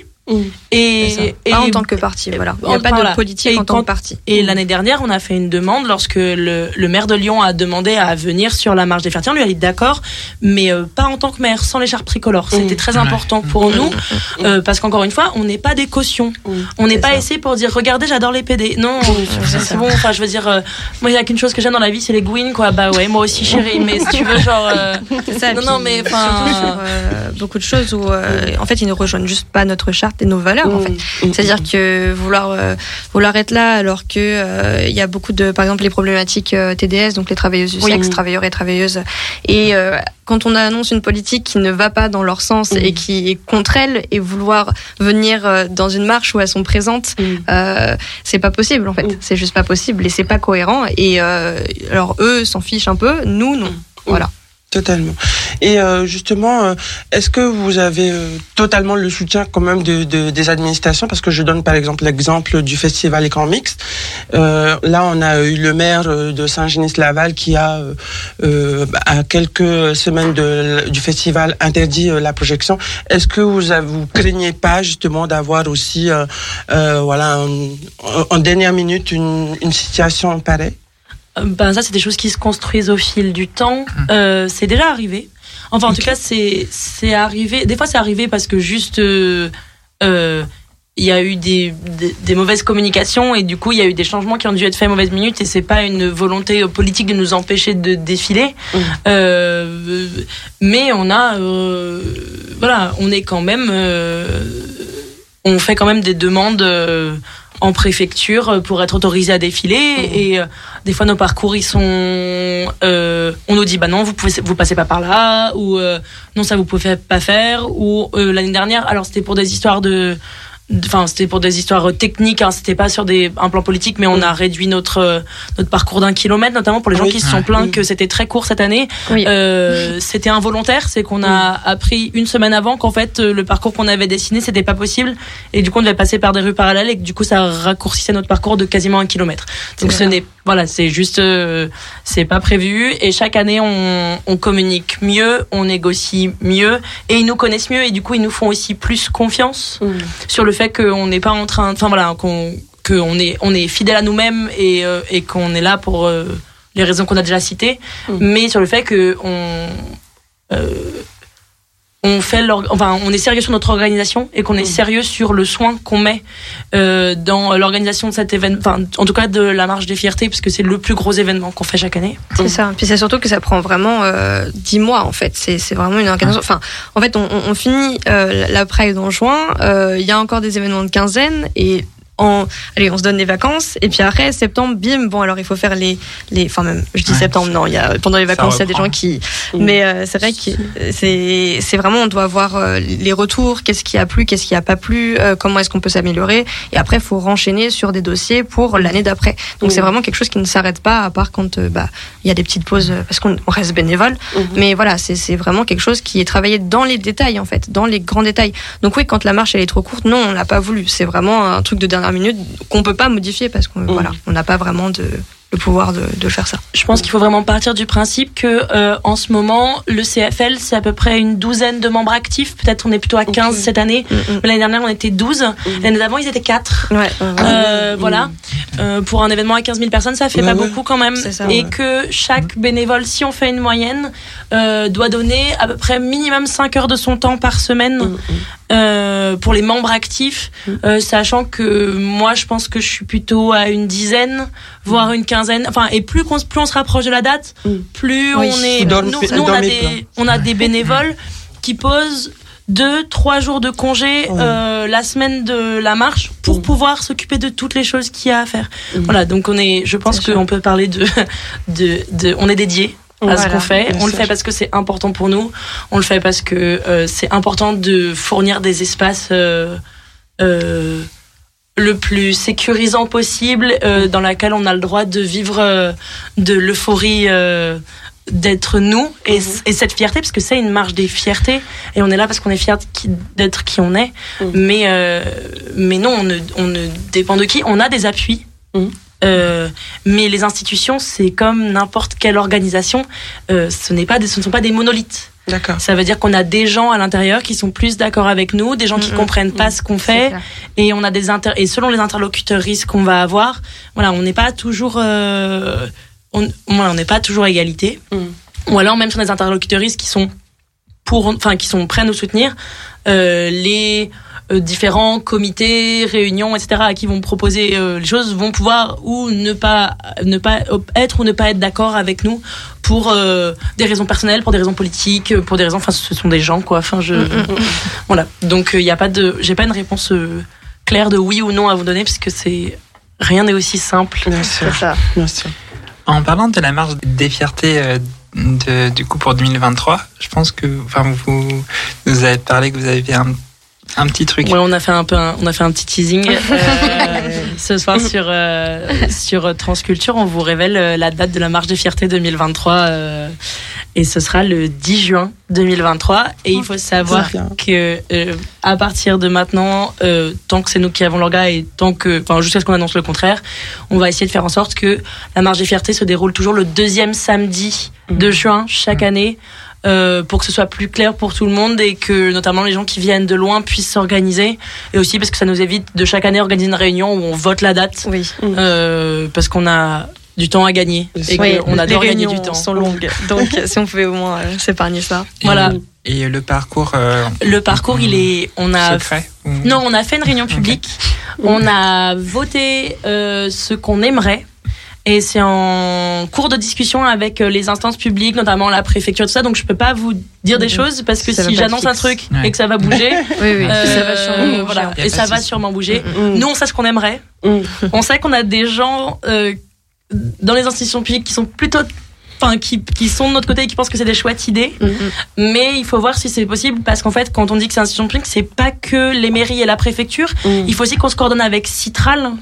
Pas en tant que parti, voilà. Il n'y a pas de politique en tant que parti. Et l'année dernière, on a fait une demande lorsque le maire de Lyon a demandé à venir sur la marche des fiertés. On lui a dit d'accord, mais pas en tant que maire, sans l'écharpe tricolore. C'était très important pour nous, parce qu'encore une fois, on n'est pas des cautions. On n'est pas essayé pour dire regardez, j'adore les PD. Non, c'est bon. Enfin, je veux dire, moi, il n'y a qu'une chose que j'aime dans la vie, c'est les gouines, quoi. Bah ouais, moi aussi, chérie. Mais si tu veux, genre, c'est ça. Non, mais enfin, sur beaucoup de choses où, en fait, ils ne rejoignent juste pas notre charte et nos valeurs, en fait. C'est-à-dire que vouloir être là alors que il y a beaucoup de, par exemple, les problématiques TDS, donc les travailleuses du sexe, travailleurs et travailleuses, et quand on annonce une politique qui ne va pas dans leur sens et qui est contre elles, et vouloir venir dans une marche où elles sont présentes, c'est pas possible, en fait. C'est juste pas possible et c'est pas cohérent. Et alors eux s'en fichent un peu, nous non. Voilà. Totalement. Et justement, est-ce que vous avez totalement le soutien quand même des administrations? Parce que je donne par exemple l'exemple du festival Écran Mixte. Là, on a eu le maire de Saint-Genis-Laval qui a, à quelques semaines du festival, interdit la projection. Est-ce que vous craignez pas justement d'avoir aussi, en dernière minute, une situation pareille? Ça, c'est des choses qui se construisent au fil du temps. C'est déjà arrivé. Enfin, en tout cas, c'est arrivé. Des fois, c'est arrivé parce que juste il y a eu des mauvaises communications et du coup, il y a eu des changements qui ont dû être faits à mauvaise minute et c'est pas une volonté politique de nous empêcher de défiler. Mais on a, on est quand même, on fait quand même des demandes en préfecture pour être autorisé à défiler et des fois nos parcours ils sont on nous dit bah non vous passez pas par là ou non ça vous pouvez pas faire ou l'année dernière alors c'était pour des histoires de c'était pour des histoires techniques, hein, c'était pas sur un plan politique, mais on a réduit notre parcours d'1 kilomètre, notamment pour les gens qui se sont plaints que c'était très court cette année. Oui. C'était involontaire, c'est qu'on a appris une semaine avant qu'en fait le parcours qu'on avait dessiné c'était pas possible, et du coup on devait passer par des rues parallèles, et que du coup ça raccourcissait notre parcours de quasiment 1 kilomètre. Donc c'est juste, c'est pas prévu, et chaque année on communique mieux, on négocie mieux, et ils nous connaissent mieux, et du coup ils nous font aussi plus confiance sur le fait qu'on n'est pas en train, qu'on est fidèle à nous-mêmes, et qu'on est là pour les raisons qu'on a déjà citées, mais sur le fait que on est sérieux sur notre organisation, et qu'on est sérieux sur le soin qu'on met dans l'organisation de cet événement, en tout cas de la marche des fiertés, parce que c'est le plus gros événement qu'on fait chaque année. C'est ça. Puis c'est surtout que ça prend vraiment 10 mois en fait. C'est vraiment une organisation. En fait, on finit la Pride en juin. Il y a encore des événements de quinzaine, et on se donne des vacances, et puis après septembre, bim, alors il faut faire septembre, non, pendant les vacances il y a des gens qui, mais c'est vrai que c'est vraiment, on doit voir les retours, qu'est-ce qui a plu, qu'est-ce qui a pas plu, comment est-ce qu'on peut s'améliorer, et après il faut renchaîner sur des dossiers pour l'année d'après. Donc c'est vraiment quelque chose qui ne s'arrête pas, à part quand il y a des petites pauses parce qu'on reste bénévole, mais voilà, c'est vraiment quelque chose qui est travaillé dans les détails en fait, dans les grands détails. Donc oui, quand la marche elle est trop courte, non, on l'a pas voulu, c'est vraiment un truc de dernière minute qu'on peut pas modifier, parce qu'on on n'a pas vraiment le pouvoir de faire ça. Je pense qu'il faut vraiment partir du principe que en ce moment le CFL c'est à peu près une douzaine de membres actifs, peut-être on est plutôt à 15 cette année. L'année dernière on était 12, l'année d'avant ils étaient 4. Voilà. Pour un événement à 15 000 personnes ça fait pas beaucoup quand même, et que chaque bénévole, si on fait une moyenne, doit donner à peu près minimum 5 heures de son temps par semaine pour les membres actifs, sachant que moi je pense que je suis plutôt à une dizaine, voire une quinzaine, et plus on se rapproche de la date, plus on est, on a des bénévoles qui posent 2-3 jours de congé la semaine de la marche pour pouvoir s'occuper de toutes les choses qu'il y a à faire. Voilà, donc je pense qu'on peut parler on est dédié à ce qu'on fait. On le fait parce que c'est important pour nous. On le fait parce que c'est important de fournir des espaces le plus sécurisant possible, dans laquelle on a le droit de vivre de l'euphorie d'être nous, et cette fierté, parce que c'est une marche des fiertés, et on est là parce qu'on est fiers d'être qui on est, mais non, on ne dépend de qui. On a des appuis, mais les institutions, c'est comme n'importe quelle organisation, ce ne sont pas des monolithes. D'accord. Ça veut dire qu'on a des gens à l'intérieur qui sont plus d'accord avec nous, des gens qui comprennent pas ce qu'on fait, et on a et selon les interlocuteuristes qu'on va avoir, voilà, on n'est pas toujours on n'est pas toujours à égalité. Ou alors même sur des interlocuteuristes qui sont prêts à nous soutenir, les différents comités, réunions, etc., à qui vont proposer les choses, vont pouvoir ou ne pas être ou ne pas être d'accord avec nous pour des raisons personnelles, pour des raisons politiques, pour des raisons, ce sont des gens, quoi. Voilà. Donc j'ai pas une réponse claire de oui ou non à vous donner, parce que rien n'est aussi simple. Bien sûr. C'est ça. Bien sûr. En parlant de la marche des fiertés du coup pour 2023, je pense que vous nous avez parlé que vous avez un petit truc. Ouais, on a fait un petit teasing ce soir sur Transculture. On vous révèle la date de la marche des fiertés 2023, et ce sera le 10 juin 2023. Et il faut savoir que à partir de maintenant, tant que c'est nous qui avons l'orga, et jusqu'à ce qu'on annonce le contraire, on va essayer de faire en sorte que la marche des fiertés se déroule toujours le deuxième samedi de juin chaque année. Pour que ce soit plus clair pour tout le monde, et que notamment les gens qui viennent de loin puissent s'organiser, et aussi parce que ça nous évite de chaque année organiser une réunion où on vote la date, parce qu'on a du temps à gagner, et qu'on adore gagner du temps. Les réunions sont longues, donc si on pouvait au moins s'épargner ça. Voilà. Et le parcours on a secret Non, on a fait une réunion publique. On a voté ce qu'on aimerait. Et c'est en cours de discussion avec les instances publiques, notamment la préfecture, tout ça. Donc je peux pas vous dire des choses, parce que si j'annonce un truc et que ça va bouger, ça va sûrement bouger. Et ça va sûrement bouger. Nous, on sait ce qu'on aimerait. On sait qu'on a des gens dans les institutions publiques qui sont plutôt qui sont de notre côté et qui pensent que c'est des chouettes idées. Mais il faut voir si c'est possible, parce qu'en fait, quand on dit que c'est institution publique, c'est pas que les mairies et la préfecture. Il faut aussi qu'on se coordonne avec Citral.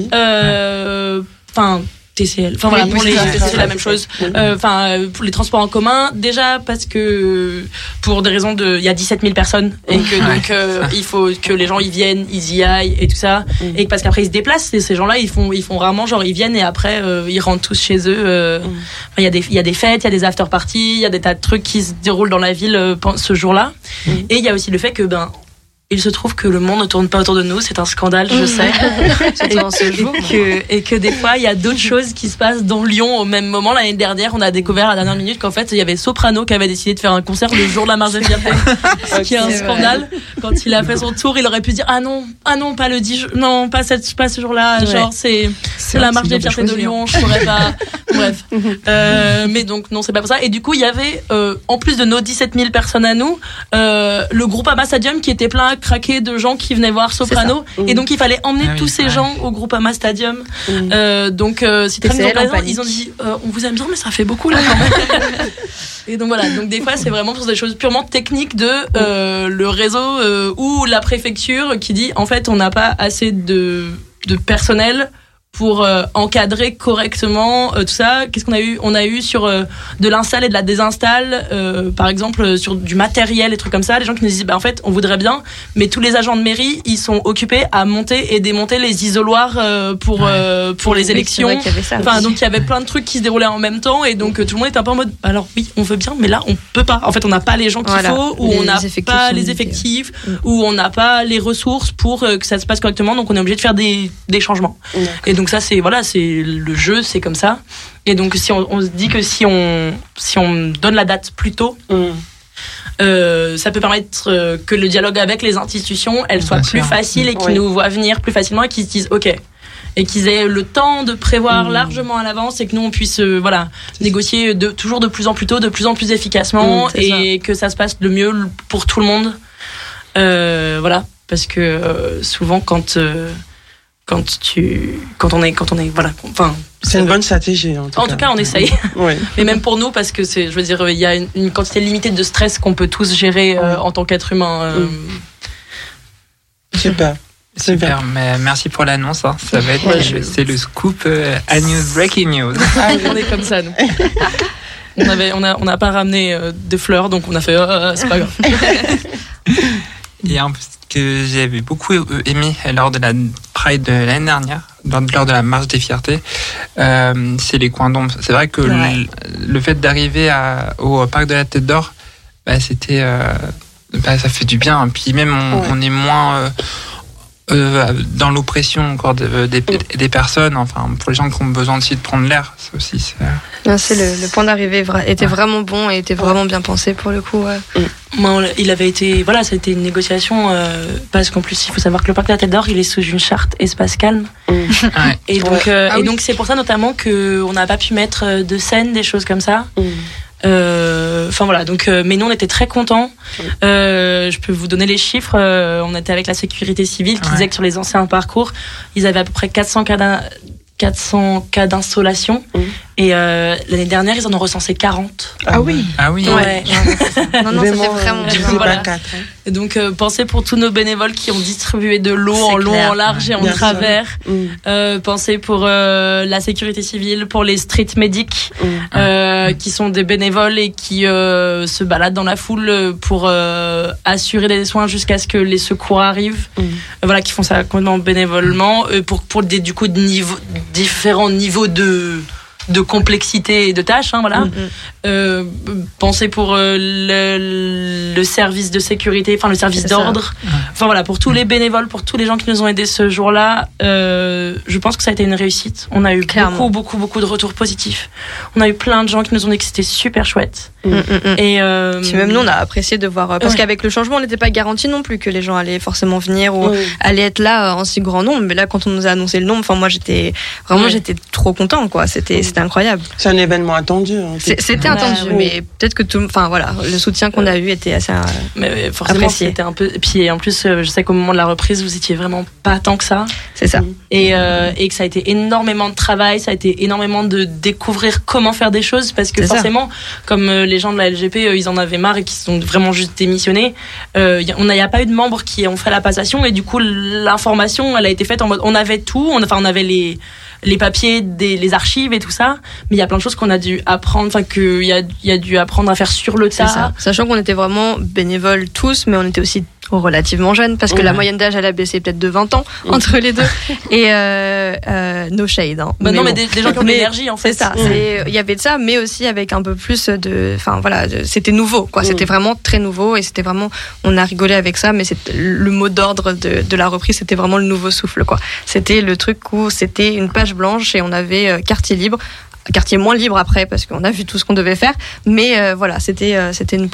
TCL. Enfin voilà, pour c'est la même chose. Pour les transports en commun, déjà parce que pour des raisons il y a 17 000 personnes et que donc il faut que les gens y viennent, ils y aillent et tout ça, et parce qu'après ils se déplacent. Ces gens-là, ils font rarement genre ils viennent et après ils rentrent tous chez eux. Il y a des fêtes, il y a des after parties, il y a des tas de trucs qui se déroulent dans la ville ce jour-là. Et il y a aussi le fait que il se trouve que le monde ne tourne pas autour de nous, c'est un scandale, je sais. Et que des fois, il y a d'autres choses qui se passent dans Lyon au même moment. L'année dernière, on a découvert à la dernière minute qu'en fait, il y avait Soprano qui avait décidé de faire un concert le jour de la marche de fierté. Ce qui est un scandale. Quand il a fait son tour, il aurait pu dire ah non, pas le 10, non, pas ce jour-là. Ouais. Genre, c'est la marche des fiertés de Lyon, je pourrais pas. Bref. Mais donc, non, c'est pas pour ça. Et du coup, il y avait, en plus de nos 17 000 personnes à nous, le Groupama Stadium qui était plein craqué de gens qui venaient voir Soprano, et donc il fallait emmener tous ces gens au Groupama Stadium. Donc c'était très organisant. Ils ont dit on vous aime bien mais ça fait beaucoup là quand même. Et donc voilà, donc des fois c'est vraiment pour des choses purement techniques de le réseau ou la préfecture qui dit en fait on n'a pas assez de personnel pour encadrer correctement tout ça. Qu'est-ce qu'on a eu ? On a eu sur de l'install et de la désinstall, par exemple sur du matériel et trucs comme ça, les gens qui nous disent en fait on voudrait bien, mais tous les agents de mairie ils sont occupés à monter et démonter les isoloirs pour les élections. Donc il y avait plein de trucs qui se déroulaient en même temps, et donc tout le monde était un peu en mode alors oui on veut bien mais là on peut pas. En fait on n'a pas les gens qu'il faut, ou on n'a pas les effectifs, ou on n'a pas les ressources pour que ça se passe correctement, donc on est obligé de faire des changements. Et donc ça c'est le jeu, c'est comme ça. Et donc si on se dit que si on donne la date plus tôt, ça peut permettre que le dialogue avec les institutions soit plus facile et qu'ils nous voient venir plus facilement et qu'ils se disent ok, et qu'ils aient le temps de prévoir largement à l'avance, et que nous on puisse négocier toujours de plus en plus tôt, de plus en plus efficacement, et que ça se passe le mieux pour tout le monde. Parce que souvent quand on est c'est une bonne stratégie en tout cas on essaye. Mais même pour nous, parce que il y a une quantité limitée de stress qu'on peut tous gérer en tant qu'être humain. Super. Mais merci pour l'annonce, hein. Ça va être c'est le scoop à news, breaking news. On est comme ça nous. On n'a pas ramené de fleurs, donc on a fait c'est pas grave. Et un peu que j'avais beaucoup aimé lors de la Pride de l'année dernière, lors de la marche des fiertés, c'est les coins d'ombre. C'est vrai que le fait d'arriver au parc de la Tête d'Or, c'était, ça fait du bien. Puis même on est moins dans l'oppression encore des personnes. Enfin, pour les gens qui ont besoin aussi de prendre l'air, ça aussi. Le point d'arrivée était vraiment bon et était vraiment bien pensé pour le coup. Il avait été, ça a été une négociation parce qu'en plus il faut savoir que le parc de la Tête d'Or il est sous une charte espace calme. Et donc c'est pour ça notamment que on n'a pas pu mettre de scène, des choses comme ça. Mais nous on était très contents. Je peux vous donner les chiffres. On était avec la sécurité civile qui disait que sur les anciens parcours ils avaient à peu près 400 cas d'installation. Et l'année dernière, ils en ont recensé 40. Ah oui. Ouais. Non, ça fait vraiment bien. Voilà. Et donc, pensez pour tous nos bénévoles qui ont distribué de l'eau en long, en large et en travers. Pensez pour la sécurité civile, pour les street medics, qui sont des bénévoles et qui se baladent dans la foule pour assurer des soins jusqu'à ce que les secours arrivent. Qui font ça complètement bénévolement, pour différents niveaux de complexité et de tâches, pensez pour le service de sécurité, le service d'ordre, pour tous les bénévoles, pour tous les gens qui nous ont aidés ce jour-là. Je pense que ça a été une réussite. On a eu beaucoup de retours positifs. On a eu plein de gens qui nous ont dit que c'était super chouette. Et même nous on a apprécié de voir, parce qu'avec le changement on n'était pas garanti non plus que les gens allaient forcément venir ou allaient être là en si grand nombre, mais là quand on nous a annoncé le nombre, moi j'étais trop content, quoi. C'était c'était incroyable. C'est un événement attendu. C'était attendu, mais peut-être que le soutien qu'on a eu était assez mais forcément, apprécié. C'était un peu. Et puis en plus, je sais qu'au moment de la reprise, vous étiez vraiment pas tant que ça. C'est ça. Et que ça a été énormément de travail, ça a été énormément de découvrir comment faire des choses, parce que forcément, comme les gens de la LGP, ils en avaient marre et qui sont vraiment juste démissionnés. Il n'y a pas eu de membres qui ont fait la passation, et du coup, l'information, elle a été faite en mode, on avait tout, on avait les papiers, les archives et tout ça, mais il y a plein de choses qu'on a dû apprendre, qu'il y a dû apprendre à faire sur le tas. C'est ça. Sachant qu'on était vraiment bénévoles tous, mais on était aussi relativement jeunes, parce que la moyenne d'âge elle a baissé peut-être de 20 ans entre les deux. Et no shade. Hein. Mais non, mais des gens qui ont de l'énergie, en fait. C'est ça. Il y avait de ça, mais aussi avec un peu plus de. Enfin voilà, c'était nouveau, quoi. C'était vraiment très nouveau, et c'était vraiment. On a rigolé avec ça, mais le mot d'ordre de la reprise, c'était vraiment le nouveau souffle, quoi. C'était le truc où c'était une page blanche et on avait quartier libre. Quartier moins libre après, parce qu'on a vu tout ce qu'on devait faire, mais voilà, c'était une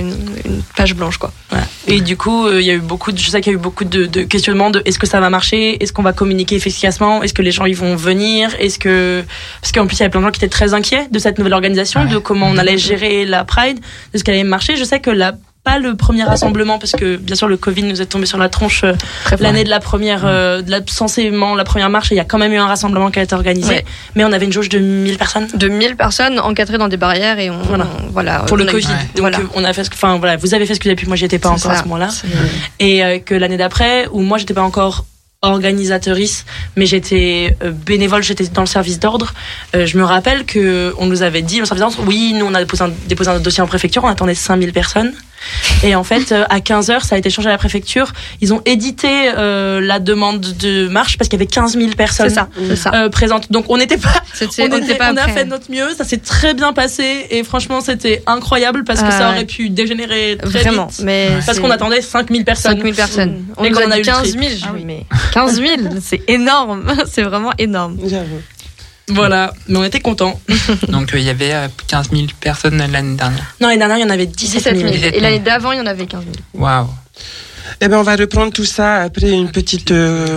page blanche, quoi. Voilà. Et du coup, je sais qu'il y a eu beaucoup de questionnements de est-ce que ça va marcher, est-ce qu'on va communiquer efficacement, est-ce que les gens ils vont venir, parce qu'en plus il y avait plein de gens qui étaient très inquiets de cette nouvelle organisation, de comment on allait gérer la Pride, de ce qu'elle allait marcher. Je sais que pas le premier rassemblement, parce que bien sûr le Covid nous est tombé sur la tronche l'année de la première censément la première marche, et il y a quand même eu un rassemblement qui a été organisé, mais on avait une jauge de 1000 personnes. De 1000 personnes encadrées dans des barrières, et voilà pour le Covid. Donc on a fait vous avez fait ce que vous avez pu, moi j'y étais pas encore à ce moment-là. Et que l'année d'après, où moi j'étais pas encore organisatrice, mais j'étais bénévole, j'étais dans le service d'ordre. Je me rappelle que on nous avait dit dans le service d'ordre, oui, nous on a déposé un dossier en préfecture, on attendait 5000 personnes. Et en fait, à 15h, ça a été changé à la préfecture. Ils ont édité la demande de marche parce qu'il y avait 15 000 personnes présentes. Donc on n'était pas. On a fait de notre mieux. Ça s'est très bien passé, et franchement, c'était incroyable, parce que ça aurait pu dégénérer très vite. Mais parce qu'on attendait 5 000 personnes. 5 000 personnes. On nous a dit 15 000. Mais 15 000, c'est énorme. C'est vraiment énorme. J'avoue. Voilà, mais on était contents. Donc il y avait 15 000 personnes l'année dernière. Non, l'année dernière, il y en avait 17 000. Et l'année d'avant, il y en avait 15 000. Waouh. Eh bien, on va reprendre tout ça après une petite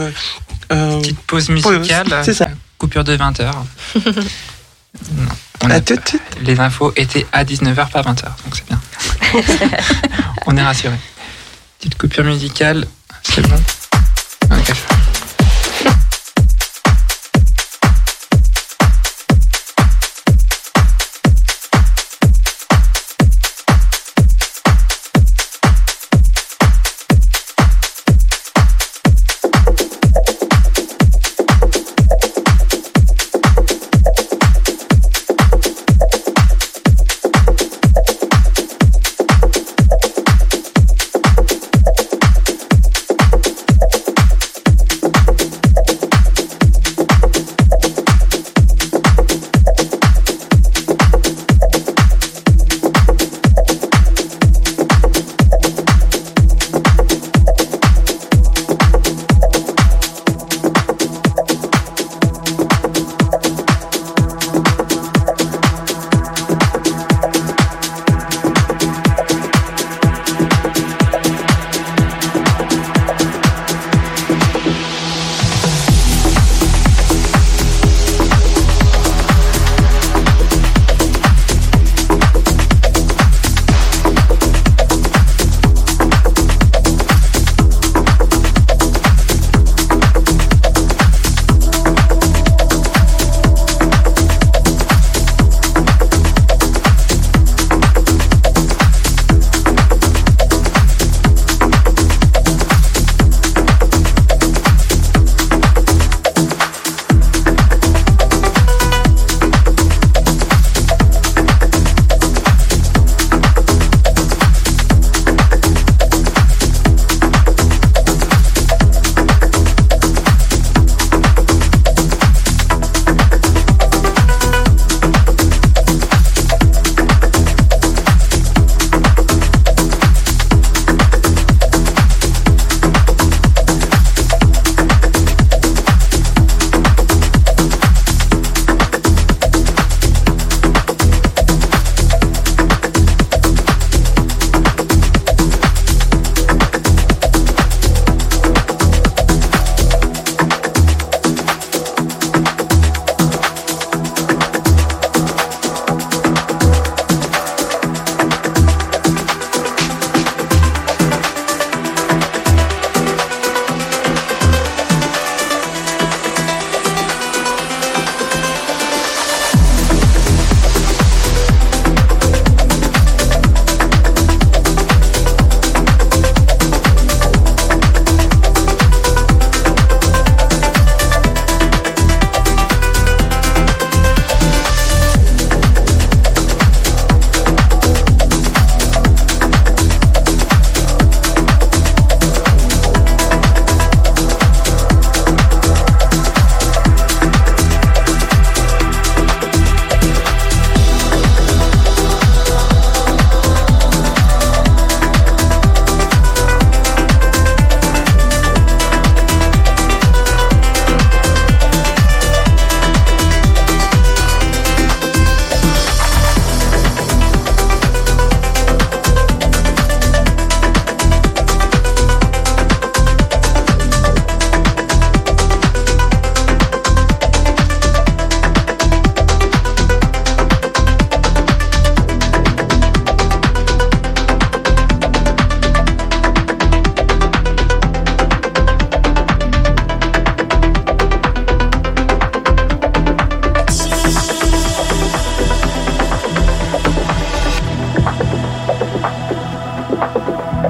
pause musicale. C'est ça. Coupure de 20h. À tout de suite. Les infos étaient à 19h, pas 20h, donc c'est bien. On est rassurés. Petite coupure musicale, c'est bon. Okay.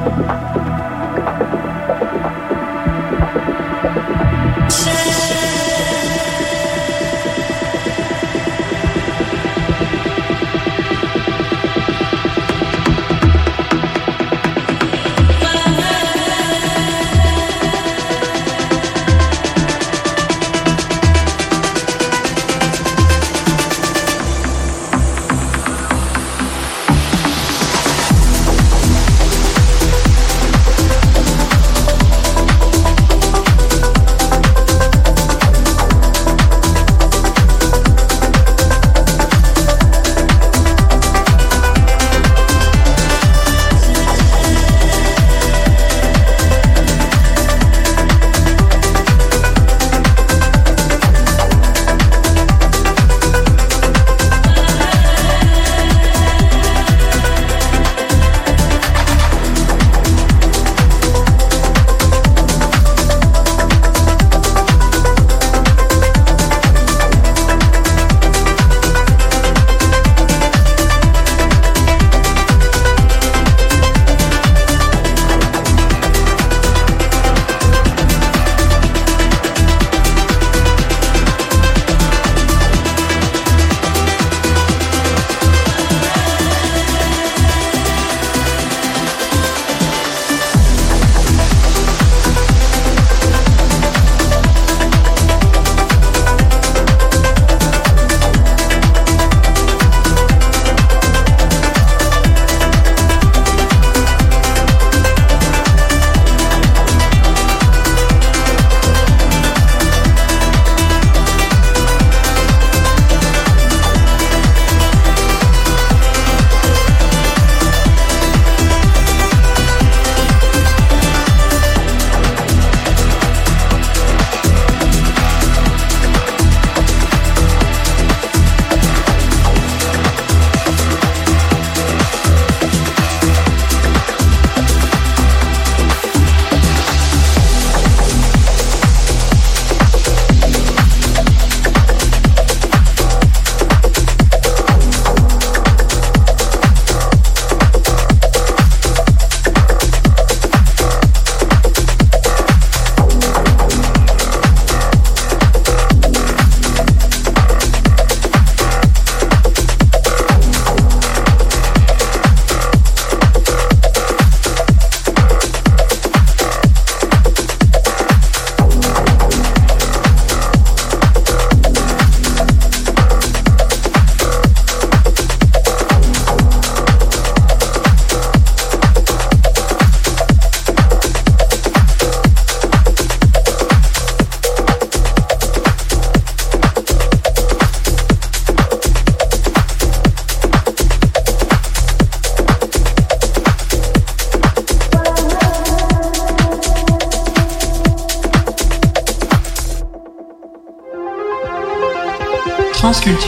Transculture,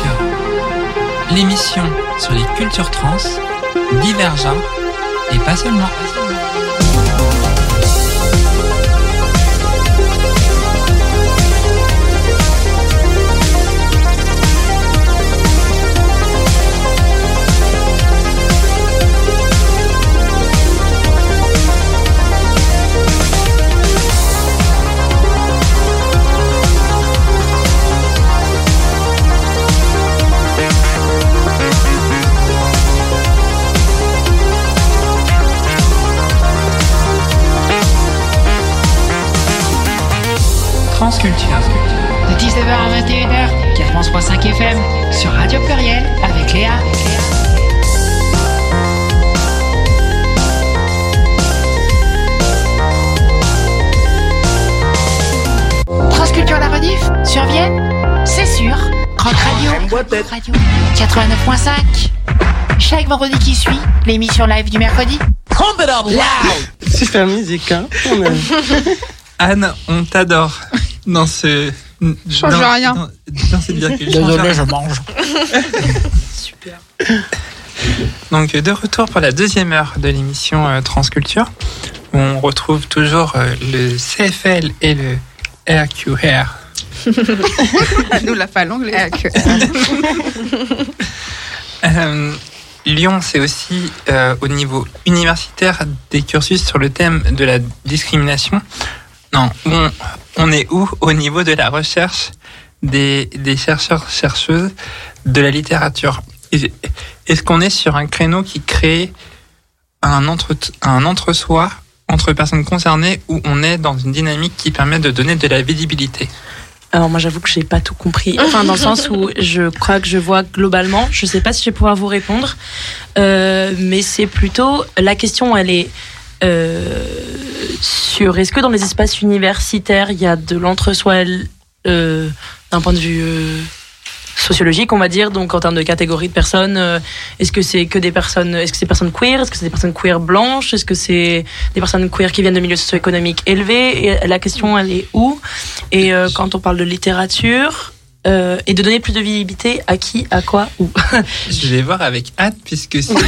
l'émission sur les cultures trans, divers genres et pas seulement. Transculture. De 19h à 21h, 4.5 FM, sur Radio Pluriel, avec Léa. Transculture la rediff, sur Vienne, c'est sûr. Rock Radio, 89.5. Chaque vendredi qui suit, l'émission live du mercredi. Pump it up loud. Super musique, hein. Anne, on t'adore dans ce. Change rien. Dans cette virgule. Désolé, je mange. Super. Donc, de retour pour la deuxième heure de l'émission Transculture, où on retrouve toujours le CFL et le RQR. Nous, la phalange, les RQR. Lyon, c'est aussi au niveau universitaire des cursus sur le thème de la discrimination. Non, on est où au niveau de la recherche des chercheurs-chercheuses de la littérature? Est-ce qu'on est sur un créneau qui crée un entre-soi entre personnes concernées, où on est dans une dynamique qui permet de donner de la visibilité? Alors moi j'avoue que j'ai pas tout compris, enfin dans le sens où je crois que je vois globalement, je sais pas si je vais pouvoir vous répondre, mais c'est plutôt, la question elle est sur est-ce que dans les espaces universitaires il y a de l'entre-soi d'un point de vue sociologique, on va dire, donc en termes de catégorie de personnes, est-ce que c'est que des personnes, est-ce que c'est des personnes queer, est-ce que c'est des personnes queer blanches, est-ce que c'est des personnes queer qui viennent de milieux socio-économiques élevés, et la question elle est où, et quand on parle de littérature, et de donner plus de visibilité à qui, à quoi, où. Je vais voir avec Anne, puisque c'est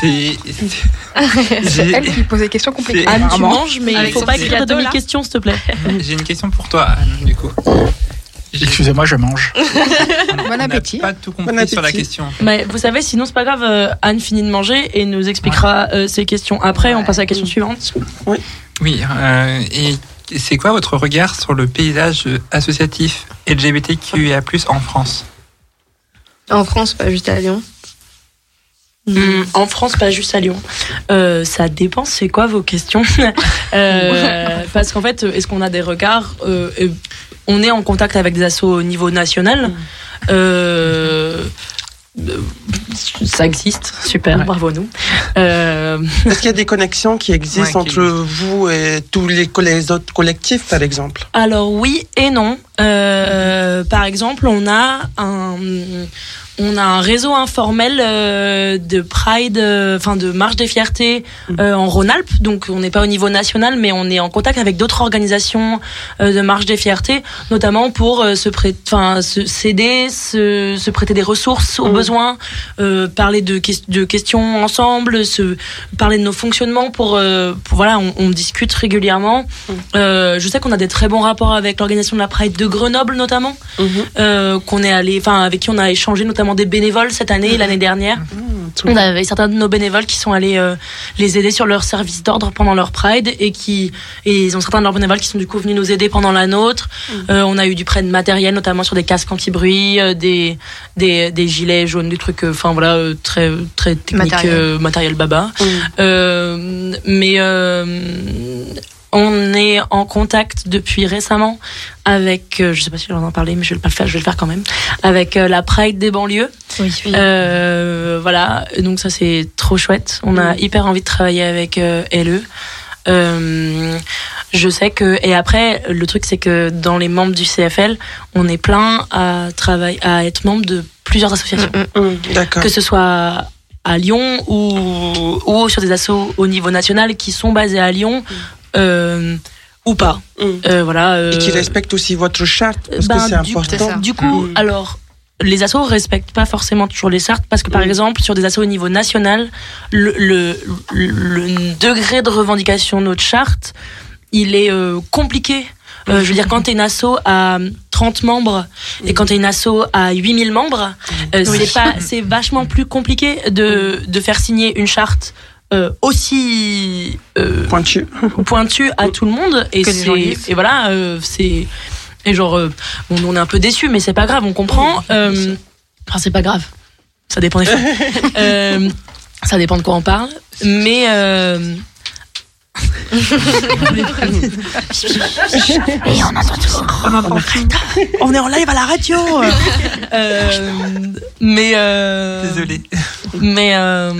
elle qui pose des questions compliquées. Anne, tu manges, mais il ne faut pas écrire de demi-questions, s'il te plaît. J'ai une question pour toi, Anne, du coup. Excusez-moi, je mange. Bon appétit. On n'a pas tout compris sur la question. Mais vous savez, sinon c'est pas grave, Anne finit de manger et nous expliquera ses questions. Après, on passe à la question suivante. Oui, et c'est quoi votre regard sur le paysage associatif LGBTQIA+ en France? En France, pas juste à Lyon. En France, pas juste à Lyon. Ça dépend, c'est quoi vos questions? Parce qu'en fait, est-ce qu'on a des regards on est en contact avec des assos au niveau national. Ça existe, super, bravo nous. Est-ce qu'il y a des connexions qui existent entre vous et tous les autres collectifs, par exemple? Alors oui et non. Par exemple, on a un réseau informel de Pride, de Marche des Fiertés en Rhône-Alpes. Donc on n'est pas au niveau national, mais on est en contact avec d'autres organisations de Marche des Fiertés, notamment pour se prêter des ressources aux besoins, parler de questions ensemble, parler de nos fonctionnements pour voilà, on discute régulièrement. Je sais qu'on a des très bons rapports avec l'organisation de la Pride de Grenoble notamment, qu'on est allé, avec qui on a échangé notamment des bénévoles cette année et l'année dernière. On avait certains de nos bénévoles qui sont allés les aider sur leur service d'ordre pendant leur Pride et ils ont certains de leurs bénévoles qui sont du coup venus nous aider pendant la nôtre. On a eu du prêt de matériel, notamment sur des casques anti-bruit, des gilets jaunes, des trucs très très techniques, matériel baba. Mais on est en contact depuis récemment avec, je sais pas si j'en ai parlé, mais je vais le faire quand même, avec la Pride des banlieues. Oui. Voilà, donc ça c'est trop chouette. On a hyper envie de travailler avec LE. Je sais que, et après le truc c'est que dans les membres du CFL, on est plein à être membre de plusieurs associations. D'accord. Que ce soit à Lyon ou sur des assos au niveau national qui sont basés à Lyon. Ou pas. Voilà, et qui respectent aussi votre charte, parce que c'est important. Du coup, alors, les assos respectent pas forcément toujours les chartes, parce que par exemple, sur des assos au niveau national, le degré de revendication de notre charte, il est compliqué. Je veux dire, quand t'es une asso à 30 membres et quand t'es une asso à 8000 membres, c'est vachement plus compliqué de faire signer une charte aussi pointu à tout le monde, et voilà, et genre on est un peu déçus, mais c'est pas grave, on comprend. C'est pas grave, ça dépend des fois. Ça dépend de quoi on parle, mais et on entend tout. On est en live à la radio. Désolé. Mais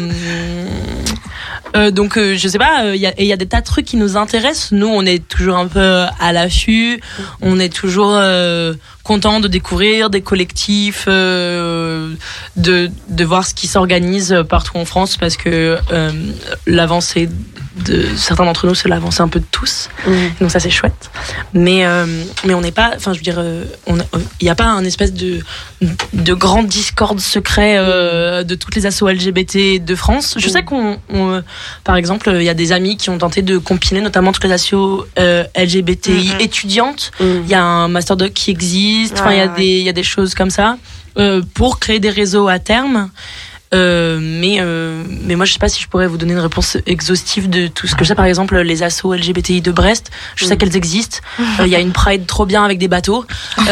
donc je sais pas, il y a des tas de trucs qui nous intéressent. Nous on est toujours un peu à l'affût, on est toujours content de découvrir des collectifs, de voir ce qui s'organise partout en France, parce que l'avancée de certains d'entre nous, c'est l'avancée un peu de tous. Donc ça c'est chouette. Mais on n'est pas, je veux dire, il n'y a pas un espèce de grande discorde secret de toutes les assos LGBT de France. Je sais par exemple, il y a des amis qui ont tenté de compiler notamment toutes les assos LGBTI étudiantes. Il y a un master doc qui existe. Il y a des choses comme ça pour créer des réseaux à terme. Mais moi, je sais pas si je pourrais vous donner une réponse exhaustive de tout ce que je sais. Par exemple, les assos LGBTI de Brest, je sais qu'elles existent. Il y a une Pride trop bien avec des bateaux.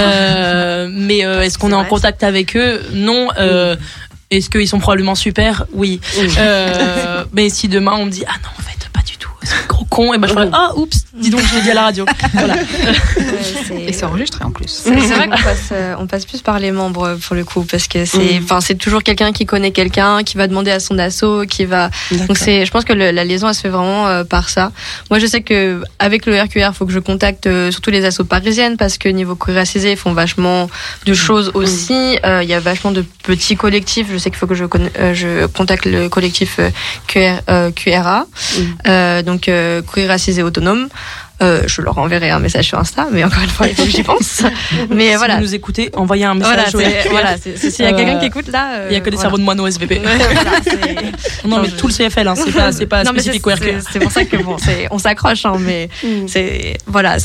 Mais est-ce qu'on est en contact avec eux? Non. Est-ce qu'ils sont probablement super? Oui. Mais si demain on me dit, ah non, en fait, pas du tout, c'est un gros con, et ben je ferais, ah, oups, dis donc, je l'ai dit à la radio. Voilà. Et c'est enregistré en plus. C'est vrai qu'on passe plus par les membres pour le coup, parce que c'est toujours quelqu'un qui connaît quelqu'un, qui va demander à son asso, qui va. D'accord. Donc je pense que la liaison elle se fait vraiment par ça. Moi je sais que avec le RQR, faut que je contacte surtout les assos parisiennes, parce que niveau queer racisé, ils font vachement de choses aussi. Il y a vachement de petits collectifs. Je sais qu'il faut que je contacte le collectif QRA, donc queer racisé autonome. Je leur enverrai un message sur Insta, mais encore une fois, il faut que j'y pense. Mais si voilà. vous nous écoutez, envoyez un message. S'il y a quelqu'un qui écoute là, il y a que des cerveaux de moineaux SVP. Non, mais tout le CFL, hein, c'est pas spécifique au RQR. C'est pour ça que on s'accroche, hein, mais c'est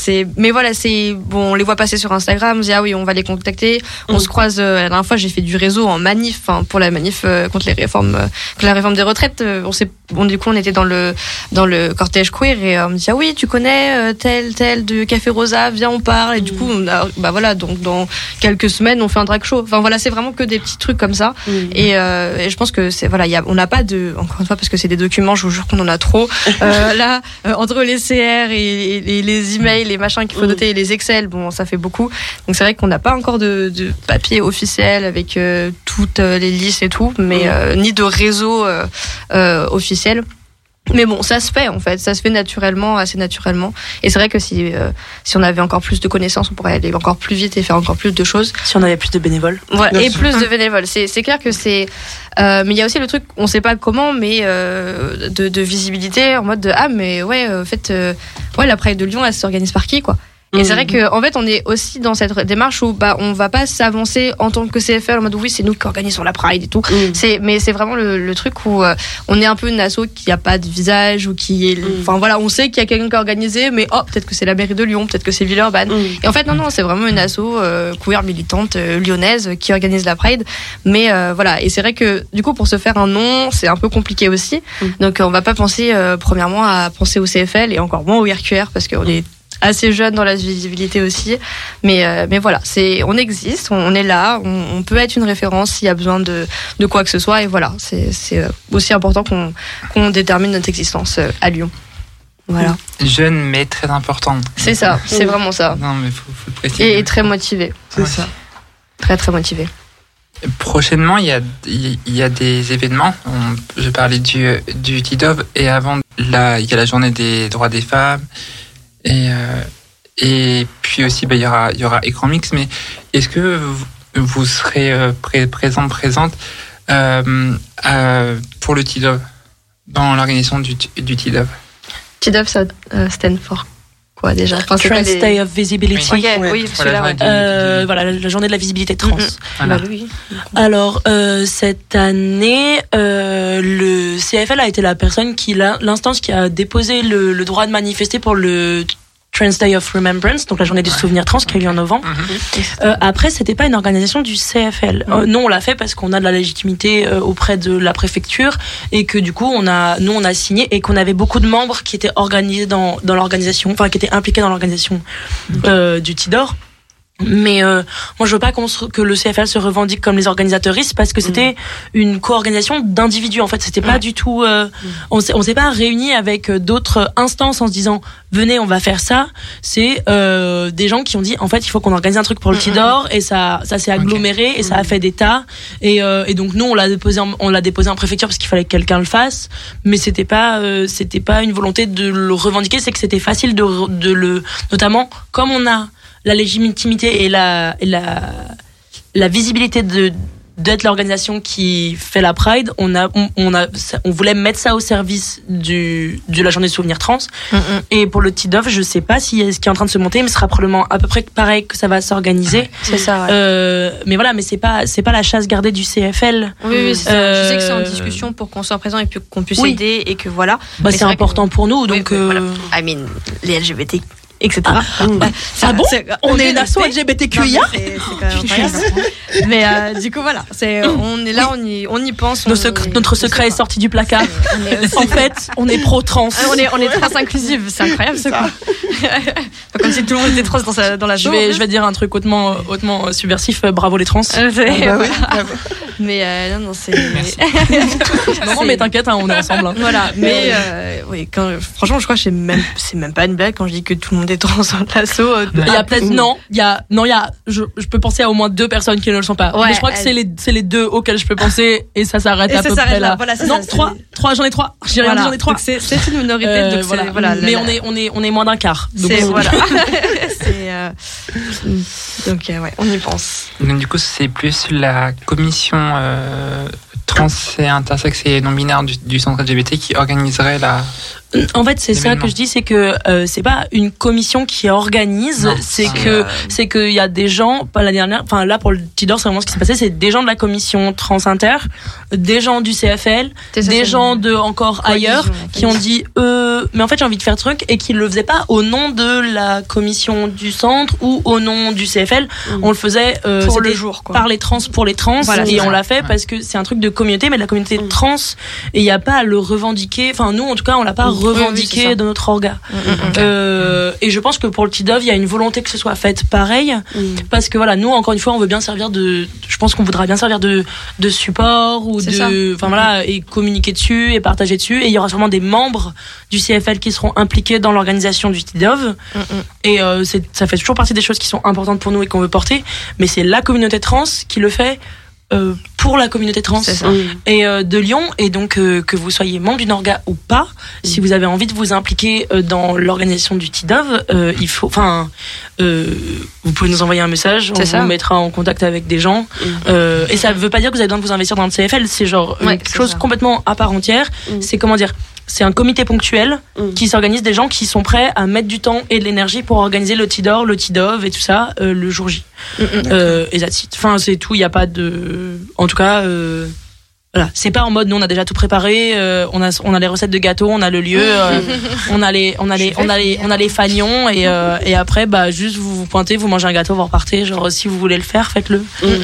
bon, on les voit passer sur Instagram, on se dit ah oui, on va les contacter. On se croise. La dernière fois, j'ai fait du réseau en manif, pour la manif contre la réforme des retraites. Du coup, on était dans le cortège queer et on me dit ah oui, tu connais tel de Café Rosa, viens on parle, et du coup donc dans quelques semaines on fait un drag show. C'est vraiment que des petits trucs comme ça. Et je pense que on n'a pas de, encore une fois, parce que c'est des documents, je vous jure qu'on en a trop là, entre les CR et les emails, les machins qu'il faut noter, et les Excel, bon ça fait beaucoup, donc c'est vrai qu'on n'a pas encore de papier officiel avec toutes les listes et tout, mais ni de réseau officiel. Mais bon, ça se fait en fait, ça se fait naturellement, assez naturellement. Et c'est vrai que si on avait encore plus de connaissances, on pourrait aller encore plus vite et faire encore plus de choses. Si on avait plus de bénévoles. Voilà, et plus de bénévoles. C'est clair que c'est. Mais il y a aussi le truc, on sait pas comment, mais de visibilité en mode de mais ouais, en fait, la Pride de Lyon, elle s'organise par qui quoi. Et c'est vrai que en fait on est aussi dans cette démarche où on va pas s'avancer en tant que CFL en mode oui c'est nous qui organisons la Pride et tout. Mais c'est vraiment le truc où on est un peu une asso qui a pas de visage ou qui est on sait qu'il y a quelqu'un qui a organisé, mais peut-être que c'est la mairie de Lyon, peut-être que c'est Villeurbanne. Et en fait non c'est vraiment une asso queer militante lyonnaise qui organise la Pride. Mais et c'est vrai que du coup pour se faire un nom c'est un peu compliqué aussi. Donc on va pas penser premièrement à penser au CFL et encore moins au RQR parce qu'on est assez jeune dans la visibilité aussi, mais voilà, on existe, on est là, on peut être une référence s'il y a besoin de quoi que ce soit, et voilà, c'est aussi important qu'on détermine notre existence à Lyon. Voilà. Jeune mais très important. C'est ça, c'est vraiment ça. Non mais faut le préciser. Et très motivé. C'est ça. Très très motivé. Prochainement, il y a des événements. Je parlais du TIDOV et avant il y a la journée des droits des femmes. Et puis aussi, il y aura Écran Mix. Mais est-ce que vous serez présente pour le TIDOV, dans l'organisation du TIDOV? TIDOV, ça stand for quoi déjà? Trans Day of Visibility. Oui, oui, voilà, la journée de la visibilité trans. Voilà. Oui. Alors, cette année, le CFL a été l'instance qui a déposé le droit de manifester pour le Trans Day of Remembrance, donc la journée du souvenir trans qui a eu lieu en novembre. Après, c'était pas une organisation du CFL. Non, on l'a fait parce qu'on a de la légitimité auprès de la préfecture et que du coup, on a signé et qu'on avait beaucoup de membres qui étaient organisés dans l'organisation, enfin qui étaient impliqués dans l'organisation du TIDOR. Mais moi je veux pas que le CFL se revendique comme les organisateuristes parce que c'était une co-organisation d'individus en fait, c'était pas du tout on s'est pas réunis avec d'autres instances en se disant venez on va faire ça, c'est des gens qui ont dit en fait il faut qu'on organise un truc pour le TIDOR et ça s'est aggloméré et ça a fait des tas et donc nous on l'a déposé en préfecture parce qu'il fallait que quelqu'un le fasse, mais c'était pas une volonté de le revendiquer, c'est que c'était facile de le, notamment comme on a la légitimité et la visibilité d'être l'organisation qui fait la Pride, on voulait mettre ça au service de la journée de souvenir trans. Et pour le TIDOV, je sais pas si ce qui est en train de se monter, mais ce sera probablement à peu près pareil que ça va s'organiser. C'est ça. Mais voilà, mais c'est pas la chasse gardée du CFL. Oui, c'est ça. Je sais que c'est en discussion pour qu'on soit présent et puis qu'on puisse aider et que voilà. C'est important pour nous, donc. Voilà. I mean, les LGBT etc. Bon, on est une asso LGBTQIA. C'est quand même incroyable. Mais du coup, voilà, on est là, on y pense. Notre secret est sorti du placard. En fait, on est pro-trans. On est trans inclusive, c'est incroyable ce coup. Comme si tout le monde était trans dans la Je vais dire un truc hautement subversif. Bravo les trans. Mais non, c'est. Non, mais t'inquiète, on est ensemble. Hein. Voilà, mais oui, franchement, je crois que c'est même pas une blague quand je dis que tout le monde est trans dans l'asso. Il y a peut-être je peux penser à au moins 2 personnes qui ne le sont pas. Ouais, mais je crois que c'est les 2 auxquelles je peux penser et ça s'arrête à peu près là. Voilà, non, 3, j'en ai 3. J'ai rien dit, j'en ai 3. C'est une minorité, donc voilà. Mais on est moins d'un quart. Donc voilà. Donc ouais, on y pense. Donc du coup, c'est plus la commission trans et intersexe et non-binaire du centre LGBT qui organiserait En fait, c'est ça que je dis, c'est que c'est pas une commission qui organise, c'est que il y a des gens, pas la dernière, enfin là pour le Tidor, c'est vraiment ce qui s'est passé, c'est des gens de la commission trans inter, des gens du CFL, des gens de encore ailleurs qui ont dit mais en fait j'ai envie de faire truc et qui le faisaient pas au nom de la commission du centre ou au nom du CFL, on le faisait pour le jour quoi. Par les trans pour les trans et on l'a fait parce que c'est un truc de communauté, mais de la communauté trans et il y a pas à le revendiquer, enfin nous en tout cas on l'a pas revendiqué de notre orga. Et je pense que pour le Tidov, il y a une volonté que ce soit fait pareil, parce que voilà, nous encore une fois, on veut bien servir je pense qu'on voudra bien servir de support ou enfin voilà, et communiquer dessus et partager dessus. Et il y aura sûrement des membres du CFL qui seront impliqués dans l'organisation du Tidov. Et ça fait toujours partie des choses qui sont importantes pour nous et qu'on veut porter. Mais c'est la communauté trans qui le fait. Pour la communauté trans et de Lyon, et donc que vous soyez membre d'une orga ou pas, si vous avez envie de vous impliquer dans l'organisation du Tidov, il faut, vous pouvez nous envoyer un message, on vous mettra en contact avec des gens, et ça veut pas dire que vous avez besoin de vous investir dans le CFL, c'est genre quelque chose complètement à part entière. C'est comment dire, c'est un comité ponctuel qui s'organise des gens qui sont prêts à mettre du temps et de l'énergie pour organiser le Tidor, le Tidov et tout ça le jour J. Et that's it. Enfin, c'est tout. Il n'y a pas de. En tout cas, voilà. C'est pas en mode nous on a déjà tout préparé. On a les recettes de gâteaux, on a le lieu, on a les fagnons et après juste vous pointez, vous mangez un gâteau, vous repartez. Genre si vous voulez le faire, faites-le.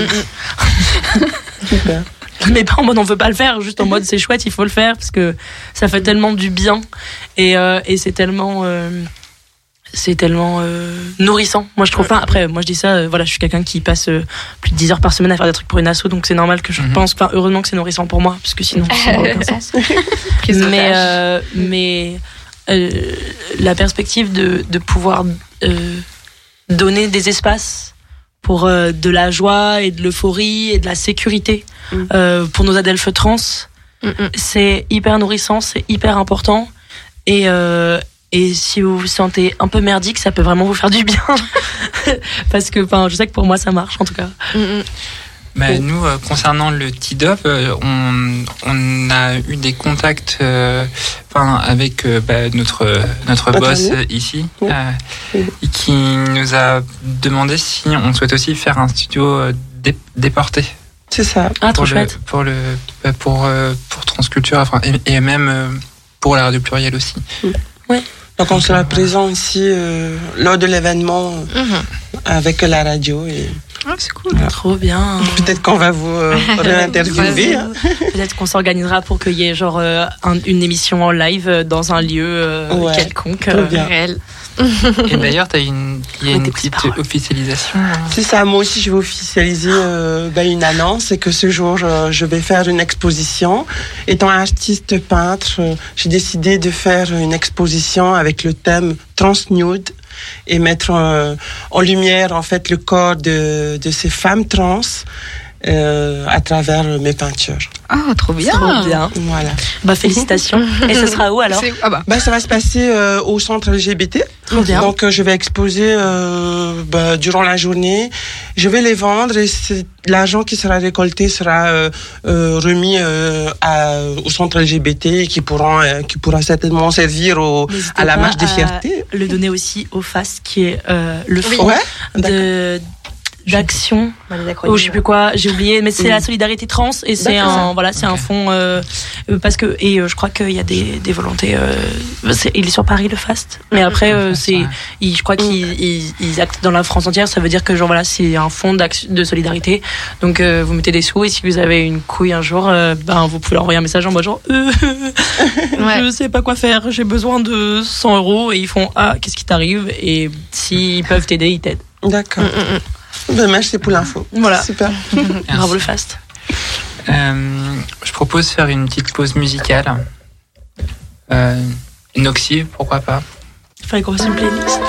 Super. Mais pas en mode on veut pas le faire, juste en mode c'est chouette, il faut le faire parce que ça fait tellement du bien et c'est tellement nourrissant. Moi je trouve pas. Après moi je dis ça, voilà, je suis quelqu'un qui passe plus de 10 heures par semaine à faire des trucs pour une asso, donc c'est normal que je pense. Enfin heureusement que c'est nourrissant pour moi parce que sinon ça n'a aucun sens. mais la perspective de pouvoir donner des espaces pour de la joie et de l'euphorie et de la sécurité pour nos adelphes trans, c'est hyper nourrissant, c'est hyper important et si vous vous sentez un peu merdique, ça peut vraiment vous faire du bien parce que je sais que pour moi ça marche en tout cas. Nous, concernant le Tidov, on a eu des contacts avec notre boss ici, qui nous a demandé si on souhaite aussi faire un studio déporté. C'est ça. Trop chouette. Pour Transculture, et même pour la radio plurielle aussi. Ouais. Donc on sera présent ici lors de l'événement avec la radio et. C'est cool. Voilà. Trop bien. Peut-être qu'on va vous réinterviewer. Peut-être qu'on s'organisera pour qu'il y ait genre une émission en live dans un lieu quelconque réel. Et d'ailleurs, il y a une petite officialisation. C'est ça, moi aussi je vais officialiser une annonce, c'est que ce jour je vais faire une exposition. Étant artiste peintre, j'ai décidé de faire une exposition avec le thème Transnude et mettre en lumière en fait le corps de ces femmes trans à travers mes peintures. Oh, trop bien. Trop bien. Voilà. Félicitations. Et ce sera où alors? Ça va se passer au centre LGBT. Trop bien. Donc je vais exposer durant la journée. Je vais les vendre et l'argent qui sera récolté sera remis au centre LGBT qui pourra certainement servir à la marche des fiertés. Le donner aussi au FAS qui est le fonds d'action ou je sais plus quoi, j'ai oublié, mais c'est la solidarité trans et c'est un fonds parce que je crois qu'il y a des volontés. Il est sur Paris le FAST, mais après je crois qu'ils actent dans la France entière. Ça veut dire que c'est un fonds de solidarité. Donc vous mettez des sous et si vous avez une couille un jour, vous pouvez leur envoyer un message en mode genre je sais pas quoi faire, j'ai besoin de 100 € et ils font qu'est-ce qui t'arrive, et s'ils peuvent t'aider, ils t'aident. D'accord. Merci pour l'info. Voilà. Super. Bravo le FAST. Je propose de faire une petite pause musicale. Une oxy, pourquoi pas. Il fallait qu'on fasse une playlist.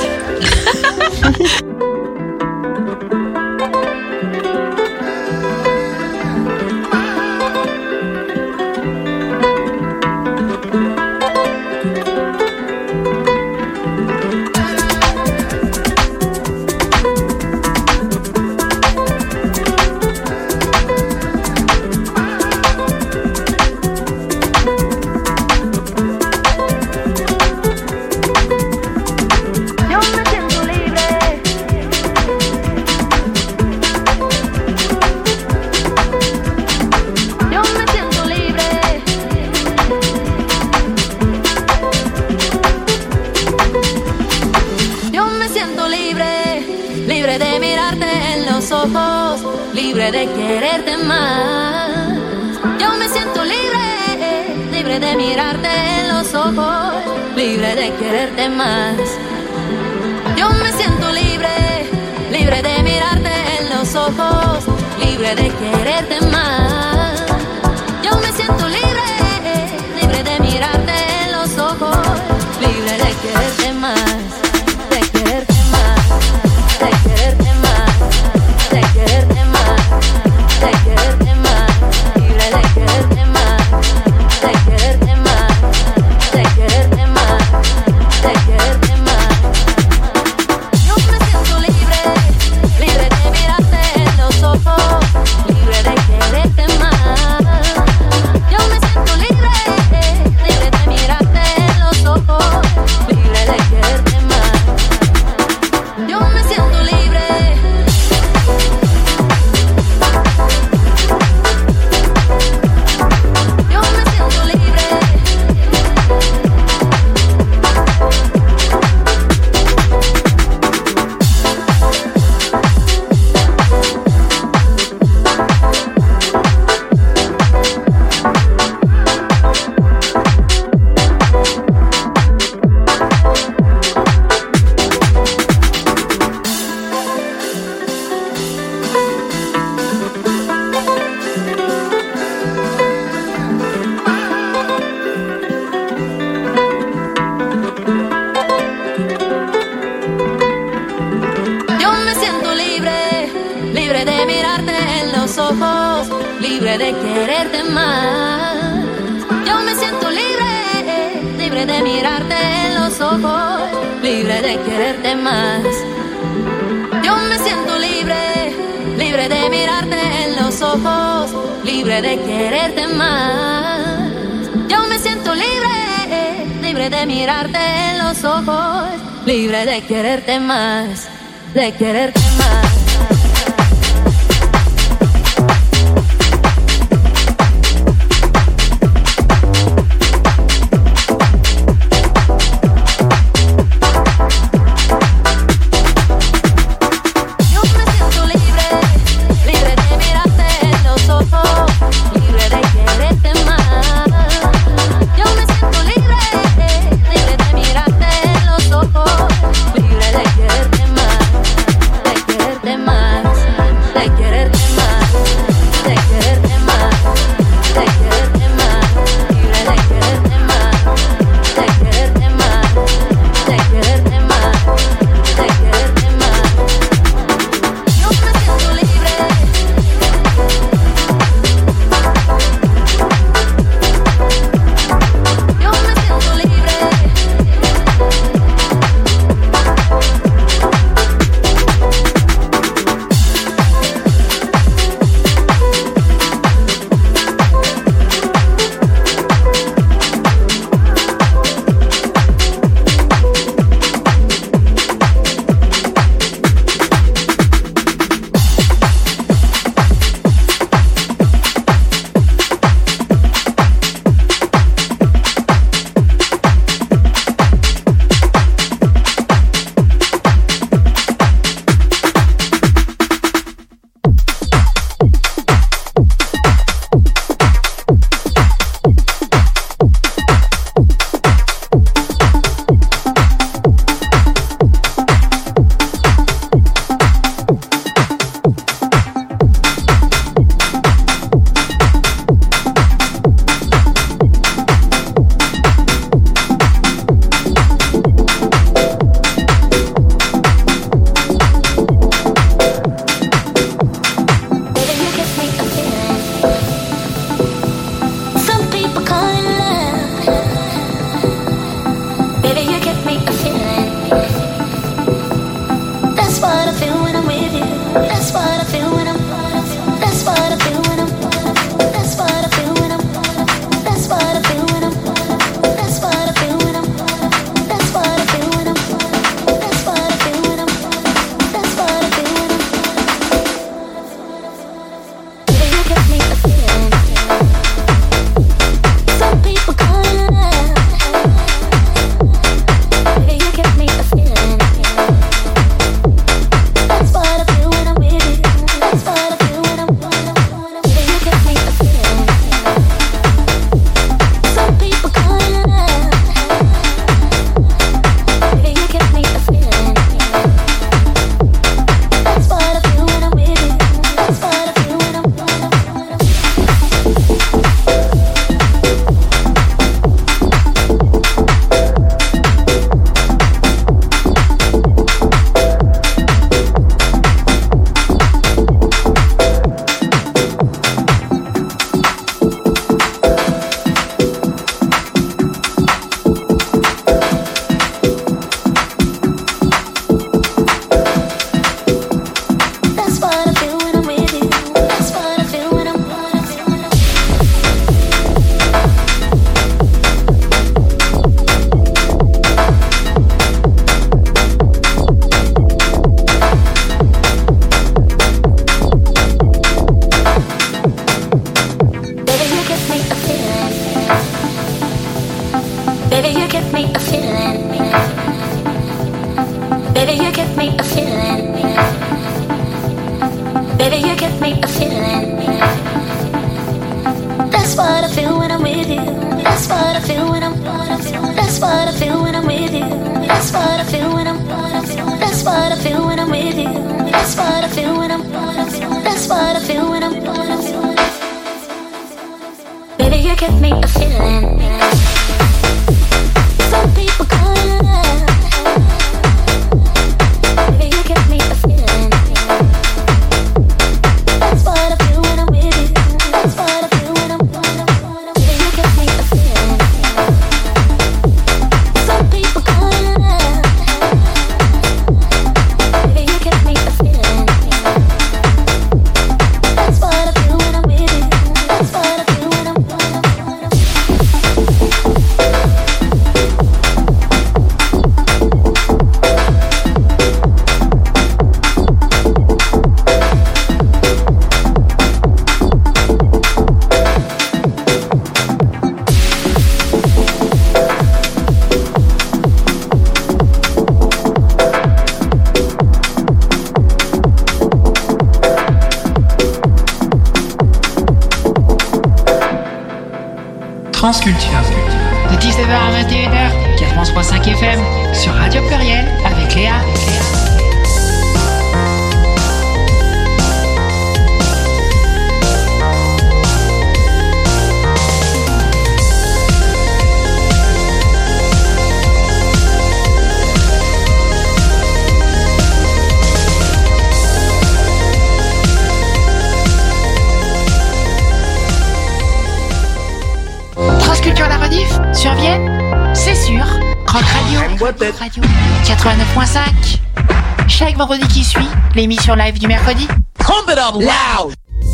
De quererte más. me a feeling. Baby, you give me a feeling. That's what I feel when I'm with you. That's what I feel when I'm. That's what I feel when I'm with you. That's what I feel when I'm. That's what I feel when I'm with you. That's what I feel when I'm. That's what I feel when I'm. Baby, you give me a feeling. Some people call it love. Baby, you give me a feeling. That's what I feel when I'm with you. That's what I feel when I'm. Baby, you give me a feeling. Some people call it love. Baby, you give me a feeling. That's what I feel when I'm with you. That's what I feel when I'm. Transculture. De 19h à 21h, 91.5 FM, sur Radio Pluriel, avec Léa. Transculture à la rediff, sur Vienne, c'est sûr. Rock Radio, 89.5. Chaque vendredi qui suit, l'émission live du mercredi. Pump it up loud.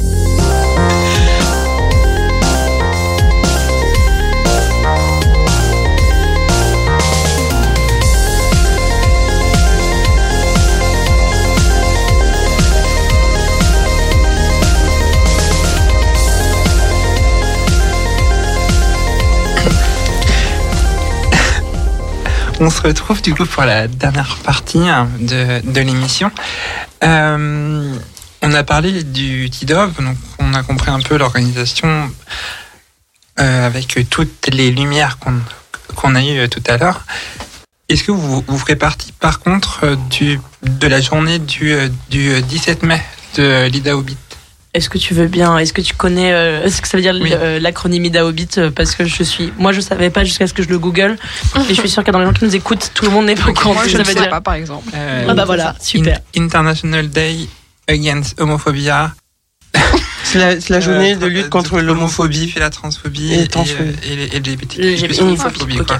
On se retrouve du coup pour la dernière partie de l'émission. On a parlé du TIDOV, donc on a compris un peu l'organisation avec toutes les lumières qu'on a eues tout à l'heure. Est-ce que vous ferez partie par contre de la journée du 17 mai de l'IDAOBIT? Est-ce que tu veux bien, est-ce que tu connais ce que ça veut dire l'acronyme IDAOBIT? Parce que je savais pas jusqu'à ce que je le google. Et je suis sûre que dans les gens qui nous écoutent, tout le monde n'est pas au courant. Moi, je ne sais pas, par exemple. Ah bah voilà, super. International Day Against Homophobia. C'est la journée de lutte contre l'homophobie et la transphobie et les LGBTQI+, quoi.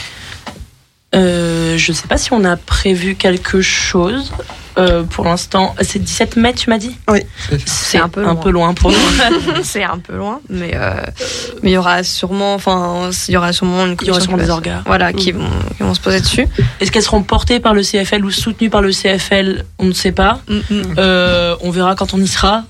Je sais pas si on a prévu quelque chose. Pour l'instant, c'est 17 mai, tu m'as dit? Oui. C'est un peu loin pour nous. C'est un peu loin, mais il y aura sûrement, une commission des orgas. Voilà, qui vont se poser dessus. Est-ce qu'elles seront portées par le CFL ou soutenues par le CFL? On ne sait pas. On verra quand on y sera.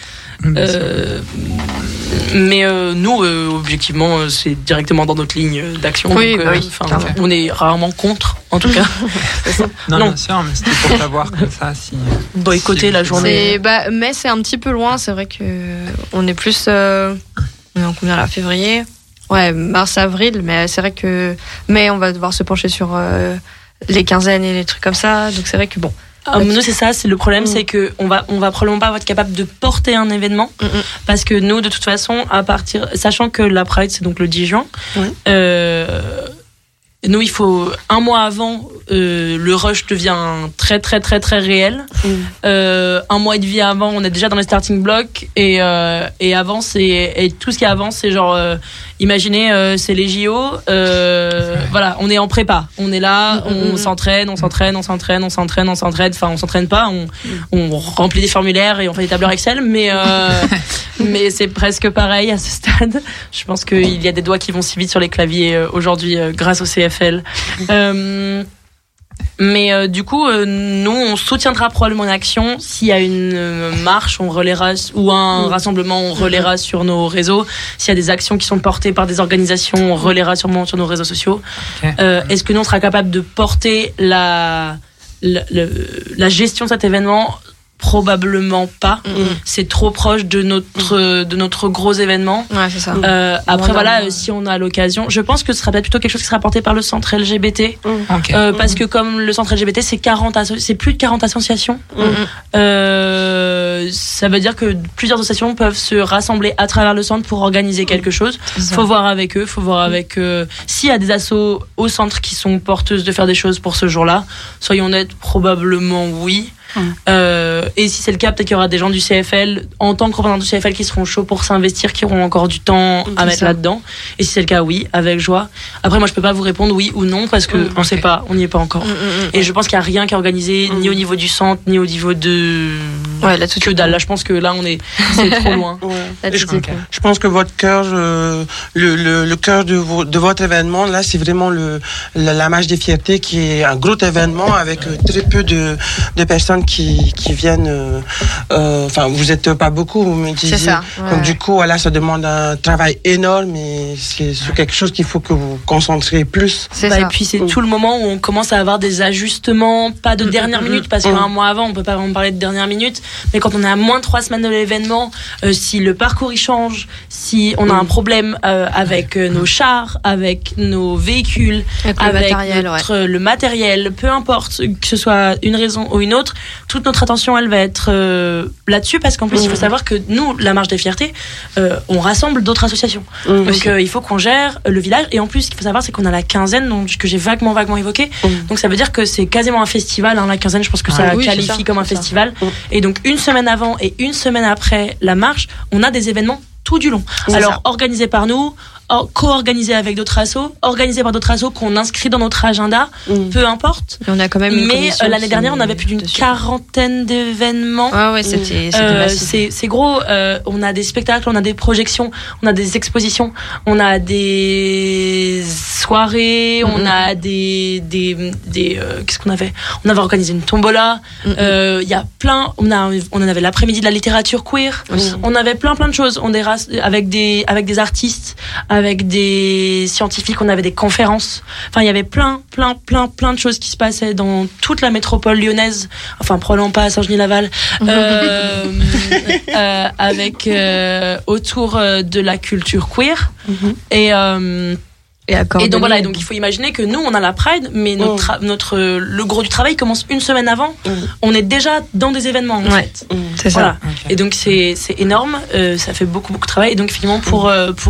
Mais nous, objectivement, c'est directement dans notre ligne d'action. Oui, donc, on est rarement contre, en tout cas. Non, bien sûr, mais c'était pour savoir comme ça si boycotter la journée. Mais c'est un petit peu loin. C'est vrai que on est plus. On est en combien là, février? Ouais, mars-avril. Mais c'est vrai que on va devoir se pencher sur les quinzaines et les trucs comme ça. Donc c'est vrai que bon. Nous, c'est ça, c'est le problème, c'est que on va probablement pas être capable de porter un événement, parce que nous, de toute façon, sachant que la Pride, c'est donc le 10 juin, nous, il faut un mois avant, le rush devient très très très très réel. Un mois et demi avant, on est déjà dans les starting blocks, et avant, et tout ce qui avance, c'est genre, imaginez, c'est les JO, voilà, on est en prépa, on est là, on s'entraîne, enfin on s'entraîne pas, on remplit des formulaires et on fait des tableurs Excel, mais c'est presque pareil à ce stade. Je pense qu'il y a des doigts qui vont si vite sur les claviers aujourd'hui grâce au CFL. Mais du coup, nous, on soutiendra probablement une action. S'il y a une marche, on relaiera, ou un rassemblement, on relaiera sur nos réseaux. S'il y a des actions qui sont portées par des organisations, on relaiera sûrement sur nos réseaux sociaux. Okay. Est-ce que nous, on sera capable de porter la gestion de cet événement, probablement pas. C'est trop proche de notre gros événement. Ouais, c'est ça. Après voilà, si on a l'occasion, je pense que ce sera peut-être plutôt quelque chose qui sera porté par le centre LGBT. Parce que comme le centre LGBT, c'est plus de 40 associations. Ça veut dire que plusieurs associations peuvent se rassembler à travers le centre pour organiser quelque chose. Faut voir avec eux, s'il y a des assos au centre qui sont porteuses de faire des choses pour ce jour-là. Soyons honnêtes, probablement oui. Et si c'est le cas, peut-être qu'il y aura des gens du CFL en tant que représentants du CFL qui seront chauds pour s'investir, qui auront encore du temps à mettre là-dedans. Et si c'est le cas, oui, avec joie. Après, moi, je peux pas vous répondre oui ou non parce que on sait pas, on n'y est pas encore. Et je pense qu'il y a rien qui est organisé ni au niveau du centre ni au niveau de que dalle. Là, je pense que là, c'est trop loin. Je pense que votre cœur, le cœur de votre événement, là, c'est vraiment la marche des fiertés qui est un gros événement avec très peu de personnes qui viennent. Enfin, vous êtes pas beaucoup, vous me disiez. C'est ça. Donc, du coup, voilà, ça demande un travail énorme et c'est sur quelque chose qu'il faut que vous concentrez plus. C'est ça. Et puis, c'est tout le moment où on commence à avoir des ajustements, pas de dernière minute, parce qu'un mois avant, on peut pas vraiment parler de dernière minute, mais quand on est à moins de 3 semaines de l'événement, si le parcours il change, si on a un problème avec nos chars, avec nos véhicules, avec le matériel, peu importe, que ce soit une raison ou une autre, toute notre attention elle va être là-dessus, parce qu'en plus il faut savoir que nous, la marche des fiertés, on rassemble d'autres associations, donc il faut qu'on gère le village, et en plus ce qu'il faut savoir c'est qu'on a la quinzaine, donc, que j'ai vaguement évoqué, donc ça veut dire que c'est quasiment un festival, la quinzaine, je pense que ça qualifie comme un festival, et donc une semaine avant et une semaine après la marche, on a des événements tout du long. Alors organisés par nous, co-organisé avec d'autres assos, organisé par d'autres assos qu'on inscrit dans notre agenda, peu importe. Et on a quand même mais l'année dernière, on avait plus d'une quarantaine d'événements. C'était c'est gros. On a des spectacles, on a des projections, on a des expositions, on a des soirées, on a des qu'est-ce qu'on avait ? On avait organisé une tombola. Il y a plein. On en avait l'après-midi de la littérature queer. On avait plein de choses. Avec des artistes, avec des scientifiques, on avait des conférences. Enfin, il y avait plein de choses qui se passaient dans toute la métropole lyonnaise. Enfin, probablement pas à Saint-Genis-Laval. Avec autour de la culture queer. Et donc voilà, donc il faut imaginer que nous on a la Pride, mais le gros du travail commence une semaine avant. On est déjà dans des événements en fait. C'est ça. Et donc c'est énorme, ça fait beaucoup de travail. Et donc finalement pour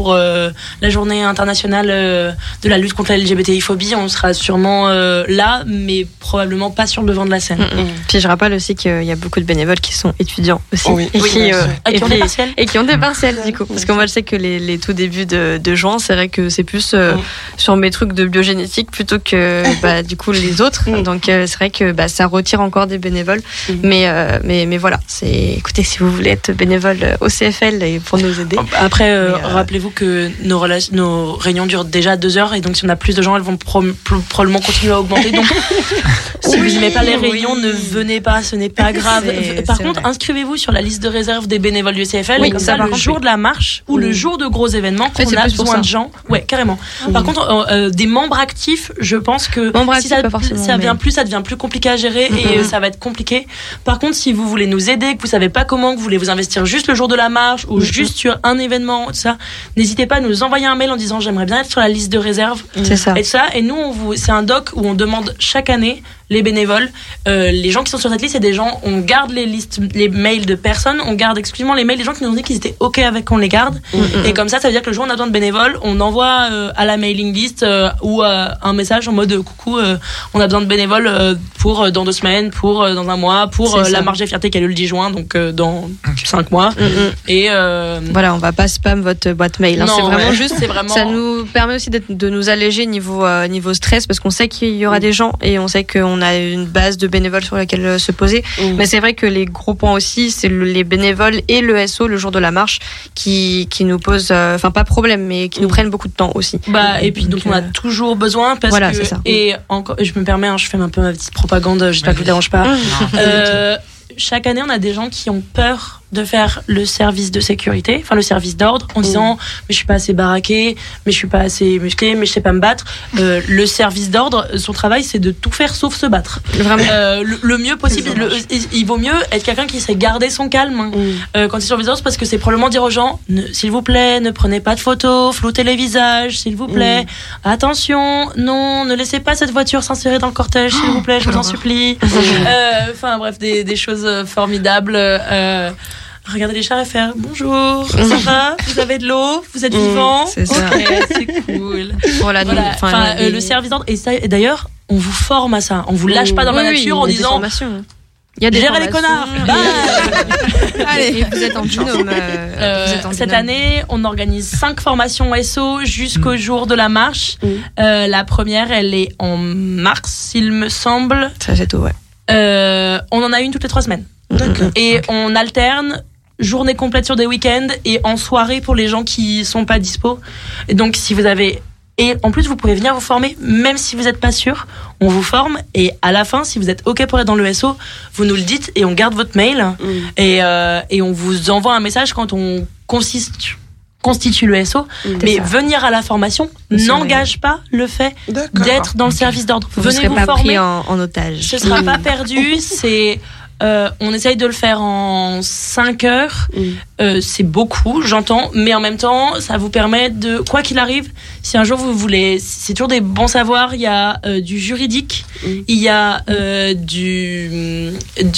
la journée internationale de la lutte contre la LGBTI-phobie, on sera sûrement là, mais probablement pas sur le devant de la scène. Puis je rappelle aussi qu'il y a beaucoup de bénévoles qui sont étudiants aussi, et qui ont des partiels. Et qui ont des partiels du coup. Parce que moi je sais que les tout débuts de juin, c'est vrai que c'est plus sur mes trucs de biogénétique plutôt que du coup les autres. Donc c'est vrai que ça retire encore des bénévoles. Mais voilà, écoutez, si vous voulez être bénévole au CFL et pour nous aider. Après, rappelez-vous que nos réunions durent déjà 2 heures, et donc si on a plus de gens, elles vont probablement continuer à augmenter. Donc si vous n'aimez pas les réunions, ne venez pas, ce n'est pas grave. Par contre, inscrivez-vous sur la liste de réserve des bénévoles du CFL, et comme ça, le jour de la marche ou le jour de gros événements, qu'on a besoin de gens. Ouais, carrément. Par contre, des membres actifs, je pense que si ça devient plus compliqué à gérer, et ça va être compliqué. Par contre, si vous voulez nous aider, que vous savez pas comment, que vous voulez vous investir juste le jour de la marche ou juste sur un événement, tout ça, n'hésitez pas à nous envoyer un mail en disant j'aimerais bien être sur la liste de réserve. C'est ça. Et ça, et nous, c'est un doc où on demande chaque année les bénévoles, les gens qui sont sur cette liste, c'est des gens, on garde les mails de personnes, on garde exclusivement les mails des gens qui nous ont dit qu'ils étaient OK avec qu'on les garde. Et comme ça veut dire que le jour où on a besoin de bénévoles, on envoie à la mailing list ou un message en mode coucou, on a besoin de bénévoles pour dans 2 semaines, pour dans 1 mois, pour la marche des fiertés qui a lieu le 10 juin, donc dans 5 mois. Et voilà, on va pas spam votre boîte mail. Non, c'est vraiment juste, ça nous permet aussi de nous alléger niveau stress, parce qu'on sait qu'il y aura des gens et on sait qu'on a une base de bénévoles sur laquelle se poser. Mais c'est vrai que les gros points aussi, c'est les bénévoles et le SO le jour de la marche qui nous posent, enfin pas problème, mais qui nous prennent beaucoup de temps aussi. Et puis donc on a toujours besoin, parce que c'est ça. Et encore, je me permets, je fais un peu ma petite propagande, j'espère que je vous dérange pas. Chaque année, on a des gens qui ont peur de faire le service de sécurité, enfin le service d'ordre, en disant mais je suis pas assez baraqué, mais je suis pas assez musclé, mais je sais pas me battre. Le service d'ordre, son travail, c'est de tout faire sauf se battre. Vraiment. Le mieux possible. Il vaut mieux être quelqu'un qui sait garder son calme quand il est sur les ordres, parce que c'est probablement dire aux gens s'il vous plaît, ne prenez pas de photos, floutez les visages, s'il vous plaît. Attention, non, ne laissez pas cette voiture s'insérer dans le cortège, s'il vous plaît, je vous en supplie. Enfin bref, des choses formidables. Regardez les chars et faire bonjour, ça va, vous avez de l'eau, vous êtes vivant, c'est ça. Ok, c'est cool. Voilà. Le service d'ordre, et d'ailleurs, on vous forme à ça, on vous lâche pas dans la nature en disant il y a des gérez les connards. Allez, et vous êtes en binôme. Cette année, on organise 5 formations SO jusqu'au jour de la marche. La première, elle est en mars, il me semble. Ça, c'est tôt, ouais. On en a une toutes les 3 semaines. Et on alterne journée complète sur des week-ends et en soirée pour les gens qui sont pas dispo. Et donc, si vous avez... Et en plus, vous pouvez venir vous former, même si vous n'êtes pas sûr. On vous forme et à la fin, si vous êtes OK pour être dans le SO, vous nous le dites et on garde votre mail. Et on vous envoie un message quand on constitue le SO. Mais venir à la formation n'engage pas le fait d'être dans le service d'ordre. Venez vous former. Pris en otage. Ce sera pas perdu. C'est... on essaye de le faire en 5 heures. C'est beaucoup, j'entends, mais en même temps, ça vous permet de, quoi qu'il arrive, si un jour vous voulez, c'est toujours des bons savoirs. Il y a du juridique, il y a du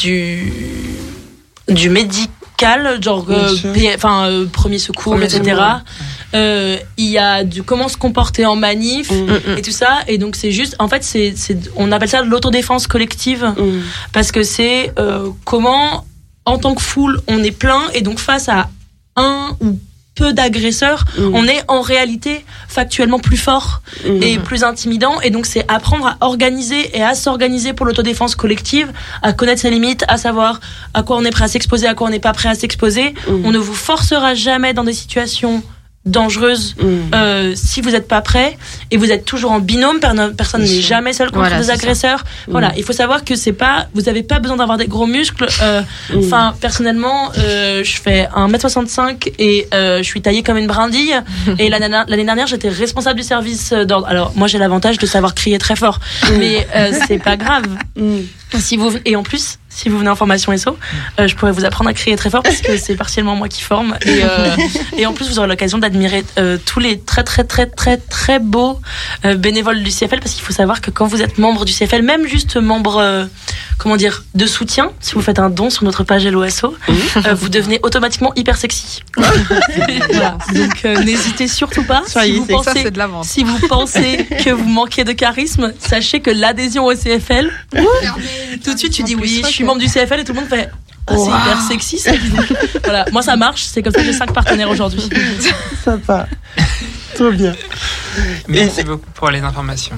médical, genre premier secours, etc. Il y a du comment se comporter en manif et tout ça, et donc c'est juste, en fait, on appelle ça de l'autodéfense collective, parce que c'est comment, en tant que foule, on est plein, et donc face à un ou peu d'agresseurs, on est en réalité factuellement plus fort et plus intimidant, et donc c'est apprendre à organiser et à s'organiser pour l'autodéfense collective, à connaître ses limites, à savoir à quoi on est prêt à s'exposer, à quoi on n'est pas prêt à s'exposer. On ne vous forcera jamais dans des situations dangereuse si vous n'êtes pas prêt, et vous êtes toujours en binôme, personne n'est jamais seul contre des agresseurs. Voilà, il faut savoir que vous n'avez pas besoin d'avoir des gros muscles. Personnellement, je fais 1m65 et je suis taillée comme une brindille, et l'année dernière j'étais responsable du service d'ordre. Alors moi j'ai l'avantage de savoir crier très fort, mais c'est pas grave. Et en plus, si vous venez en formation SO, je pourrais vous apprendre à crier très fort, parce que c'est partiellement moi qui forme. Et en plus, vous aurez l'occasion d'admirer tous les très très très très très beaux bénévoles du CFL, parce qu'il faut savoir que quand vous êtes membre du CFL, même juste membre de soutien, si vous faites un don sur notre page LOSO, vous devenez automatiquement hyper sexy. Voilà. Donc n'hésitez surtout pas. Si vous pensez que vous manquez de charisme, sachez que l'adhésion au CFL, tout de suite tu dis oui, je suis membre du CFL, et tout le monde fait c'est hyper sexy ça. Voilà, moi ça marche, c'est comme ça que j'ai 5 partenaires aujourd'hui. Sympa. Trop bien. Merci beaucoup pour les informations.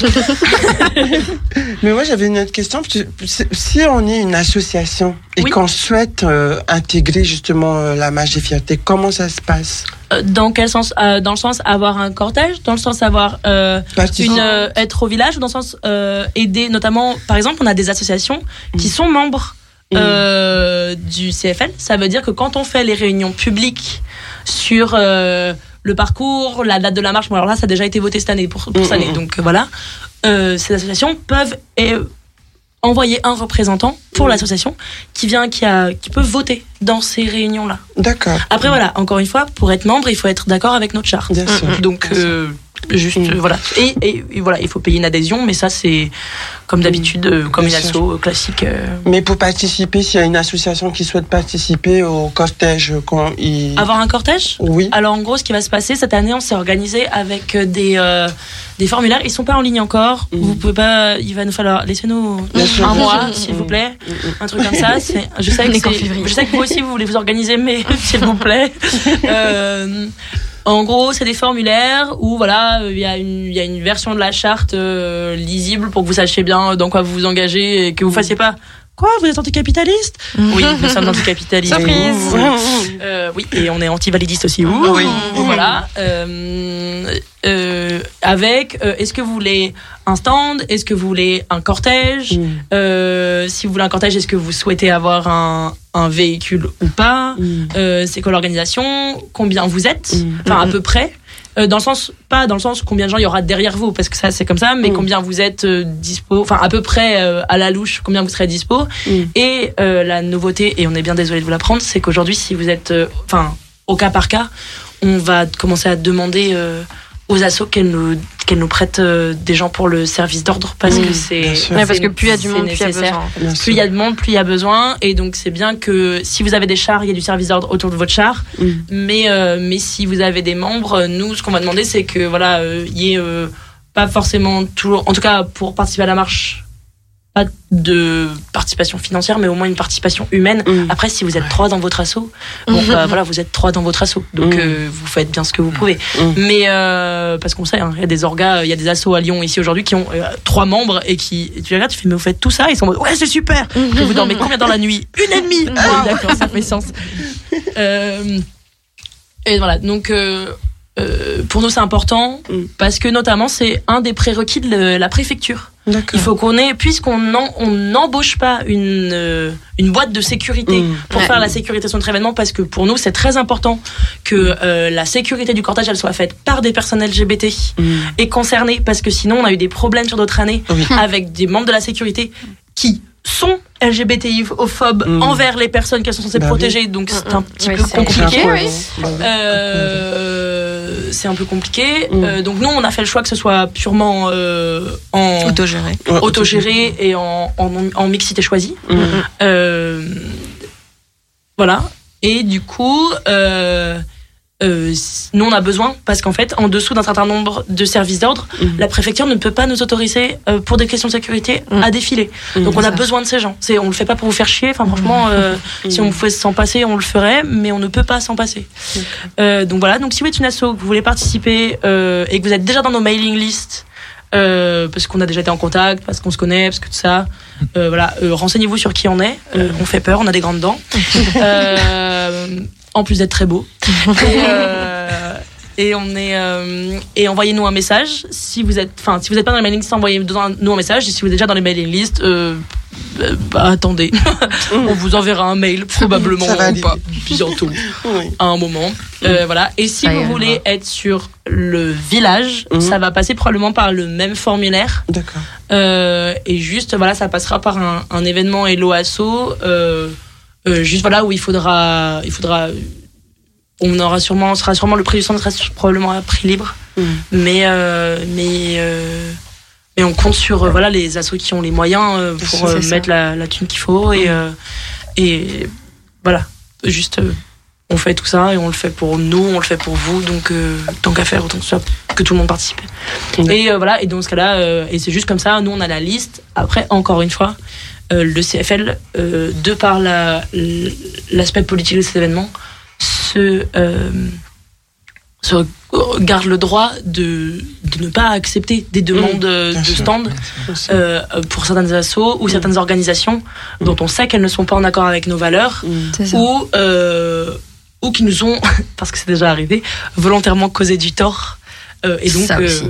Mais moi j'avais une autre question. Si on est une association et qu'on souhaite intégrer justement la marche des fiertés, comment ça se passe? Dans quel sens? Dans le sens avoir un cortège, dans le sens avoir être au village, ou dans le sens aider, notamment, par exemple, on a des associations qui sont membres du CFL. Ça veut dire que quand on fait les réunions publiques sur le parcours, la date de la marche, bon, alors là ça a déjà été voté cette année pour cette année, donc voilà, ces associations peuvent envoyer un représentant pour l'association qui peut voter dans ces réunions-là. D'accord. Après voilà, encore une fois, pour être membre, il faut être d'accord avec notre charte. Bien sûr. Donc juste voilà. Et voilà, il faut payer une adhésion, mais ça c'est comme d'habitude, comme une asso classique. Mais pour participer, s'il y a une association qui souhaite participer au cortège, avoir un cortège? Oui. Alors en gros, ce qui va se passer cette année, on s'est organisé avec des formulaires. Ils sont pas en ligne encore. Vous pouvez pas. Il va nous falloir, laissez-nous un mois, s'il vous plaît, un truc comme ça. Je sais que vous aussi vous voulez vous organiser, mais s'il vous plaît. En gros, c'est des formulaires où voilà, il y a une version de la charte lisible pour que vous sachiez bien dans quoi vous vous engagez, et que vous fassiez pas quoi, vous êtes anticapitaliste? Oui, nous sommes anticapitalistes. Surprise. Oui, et on est anti-validiste aussi. Oui. Voilà. Avec, est-ce que vous voulez un stand? Est-ce que vous voulez un cortège? si vous voulez un cortège, est-ce que vous souhaitez avoir un véhicule ou pas, c'est quoi l'organisation, combien vous êtes, enfin à peu près. Dans le sens, pas dans le sens combien de gens il y aura derrière vous, parce que ça c'est comme ça, mais combien vous êtes dispo, enfin à peu près à la louche, combien vous serez dispo. Et la nouveauté, et on est bien désolé de vous l'apprendre, c'est qu'aujourd'hui, si vous êtes, au cas par cas, on va commencer à demander aux assos qu'elles nous prêtent des gens pour le service d'ordre, parce que c'est parce que plus il y a du monde, plus il y a besoin. Plus il y a de monde, plus il y a besoin, et donc c'est bien que si vous avez des chars, il y a du service d'ordre autour de votre char, mais si vous avez des membres, nous ce qu'on va demander c'est que voilà, il y ait pas forcément toujours, en tout cas pour participer à la marche, pas de participation financière, mais au moins une participation humaine. Après, si vous êtes 3 dans votre asso, voilà, vous êtes 3 dans votre asso, donc vous faites bien ce que vous pouvez. Mais parce qu'on sait, il y a des orgas, il y a des assos à Lyon ici aujourd'hui qui ont 3 membres et qui, tu regardes, tu fais, mais vous faites tout ça, ils sont en mode, ouais, c'est super. Et vous dormez combien dans la nuit? 1h30. D'accord, ça fait sens. Et voilà, donc pour nous c'est important parce que notamment c'est un des prérequis de la préfecture. Il faut qu'on ait, puisqu'on n'embauche pas une boîte de sécurité pour faire la sécurité de notre événement, parce que pour nous c'est très important que la sécurité du cortège elle soit faite par des personnes LGBT et concernées, parce que sinon on a eu des problèmes sur d'autres années avec des membres de la sécurité qui sont LGBTI-phobes envers les personnes qu'elles sont censées protéger, donc c'est un petit peu compliqué. C'est un peu compliqué. Donc nous, on a fait le choix que ce soit purement en autogéré et en mixité choisie. Voilà. Et du coup, nous on a besoin, parce qu'en fait en dessous d'un certain nombre de services d'ordre, la préfecture ne peut pas nous autoriser pour des questions de sécurité à défiler. Donc on a besoin de ces gens. On le fait pas pour vous faire chier, enfin franchement si on pouvait s'en passer on le ferait, mais on ne peut pas s'en passer. Donc voilà, donc si vous êtes une asso, que vous voulez participer et que vous êtes déjà dans nos mailing lists, parce qu'on a déjà été en contact, parce qu'on se connaît, parce que tout ça, voilà, renseignez-vous sur qui on est. On fait peur, on a des grandes dents. En plus d'être très beau. Et on est et envoyez-nous un message si vous êtes pas dans les mailing lists, envoyez-nous un message, et si vous êtes déjà dans les mailing lists, attendez. On vous enverra un mail probablement ou pas bientôt à un moment. Voilà, et si vous voulez être sur le village, ça va passer probablement par le même formulaire. D'accord. Et juste voilà, ça passera par un événement Hello Asso. Juste voilà, où il faudra sera sûrement le prix du centre sera probablement à prix libre, mais on compte sur voilà les assos qui ont les moyens pour mettre la thune qu'il faut, et voilà, juste on fait tout ça et on le fait pour nous, on le fait pour vous, donc tant qu'à faire, autant que tout le monde participe. Et voilà, et dans ce cas-là, et c'est juste comme ça, nous on a la liste. Après, encore une fois, le CFL, de par l'aspect politique de cet événement, se garde le droit de ne pas accepter des demandes de stand pour certaines assos ou certaines organisations dont on sait qu'elles ne sont pas en accord avec nos valeurs, ou qui nous ont, parce que c'est déjà arrivé, volontairement causé du tort. Et donc,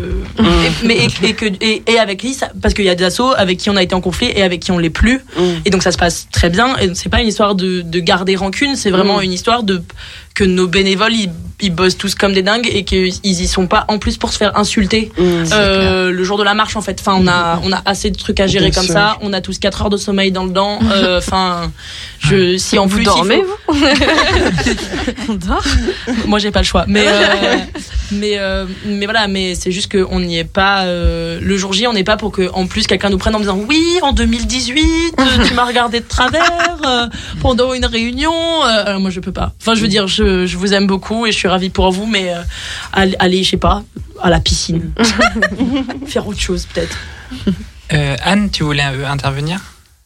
et avec lui, parce qu'il y a des assos avec qui on a été en conflit et avec qui on l'est plus, et donc ça se passe très bien. Et c'est pas une histoire de garder rancune, c'est vraiment une histoire que nos bénévoles ils bossent tous comme des dingues et qu'ils y sont pas en plus pour se faire insulter le jour de la marche, en fait. Enfin, on a assez de trucs à gérer comme ça. On a tous 4 heures de sommeil dans le dent. Enfin, si en plus vous dormez, vous on dort. Moi, j'ai pas le choix. Mais voilà, mais c'est juste qu'on n'y est pas le jour J. On n'est pas pour que en plus quelqu'un nous prenne en disant oui, en 2018 tu m'as regardé de travers pendant une réunion. Alors moi je peux pas. Enfin, je veux dire, je vous aime beaucoup et je suis ravie pour vous, mais allez, je sais pas, à la piscine, faire autre chose peut-être. Anne, tu voulais intervenir?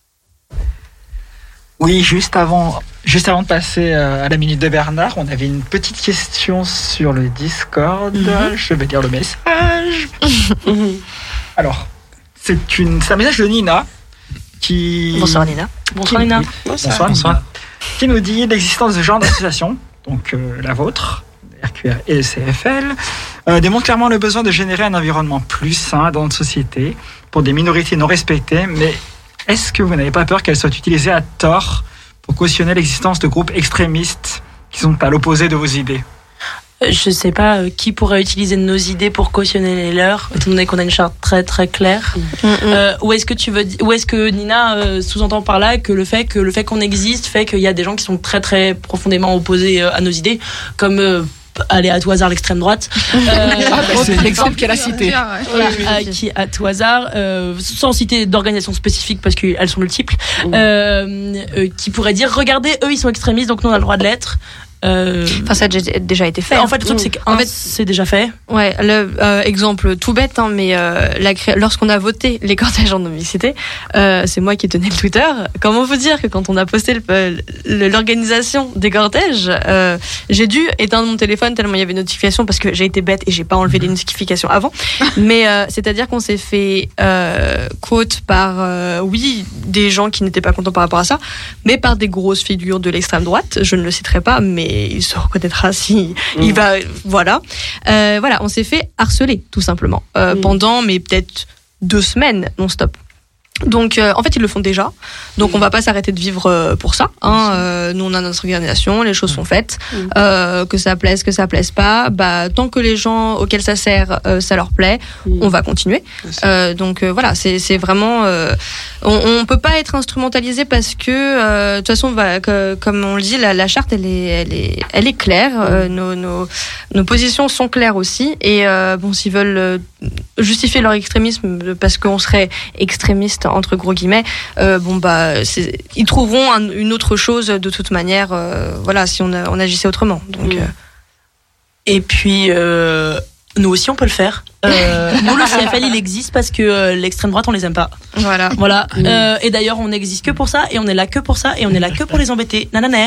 Oui, juste avant de passer à la minute de Bernard, on avait une petite question sur le Discord. Je vais lire le message. Alors, c'est un message de Nina qui... Bonsoir Nina. Bonsoir Nina. Bonsoir. Qui nous dit l'existence de ce genre d'association, donc la vôtre, RQR et le CFL, démontre clairement le besoin de générer un environnement plus sain dans notre société pour des minorités non respectées, mais est-ce que vous n'avez pas peur qu'elle soit utilisée à tort pour cautionner l'existence de groupes extrémistes qui sont à l'opposé de vos idées ? Je sais pas qui pourrait utiliser nos idées pour cautionner les leurs, étant donné qu'on a une charte très très claire. Ou est-ce que Nina sous-entend par là que le fait qu'on existe fait qu'il y a des gens qui sont très très profondément opposés à nos idées, comme aller à tout hasard l'extrême droite. C'est l'exemple qu'elle a cité. Qui à tout hasard, sans citer d'organisations spécifiques parce qu'elles sont multiples, qui pourrait dire regardez, eux ils sont extrémistes donc nous on a le droit de l'être. Enfin, ça a déjà été fait. En fait, le truc, c'est qu'en fait, c'est déjà fait. Ouais, exemple tout bête, mais lorsqu'on a voté les cortèges en non-mixité, c'est moi qui tenais le Twitter. Comment vous dire que quand on a posté l'organisation des cortèges, j'ai dû éteindre mon téléphone tellement il y avait une notification parce que j'ai été bête et j'ai pas enlevé les notifications avant. Mais c'est-à-dire qu'on s'est fait quote par des gens qui n'étaient pas contents par rapport à ça, mais par des grosses figures de l'extrême droite. Je ne le citerai pas, mais il se reconnaîtra si il va. Voilà, on s'est fait harceler tout simplement pendant peut-être 2 semaines non-stop. Donc en fait ils le font déjà, donc on va pas s'arrêter de vivre pour ça, nous on a notre organisation, les choses sont faites, que ça plaise pas, tant que les gens auxquels ça sert ça leur plaît, on va continuer. Donc voilà, c'est vraiment on peut pas être instrumentalisé parce que de toute façon comme on le dit, la charte elle est claire, nos positions sont claires aussi, et s'ils veulent justifier leur extrémisme parce qu'on serait extrémiste entre gros guillemets, ils trouveront une autre chose de toute manière, si on agissait autrement. Donc, et puis nous aussi on peut le faire. Nous le CFL il existe parce que l'extrême droite on les aime pas. Voilà. Et d'ailleurs on n'existe que pour ça, et on est là que pour ça, et on est là que pour les embêter. Nananer.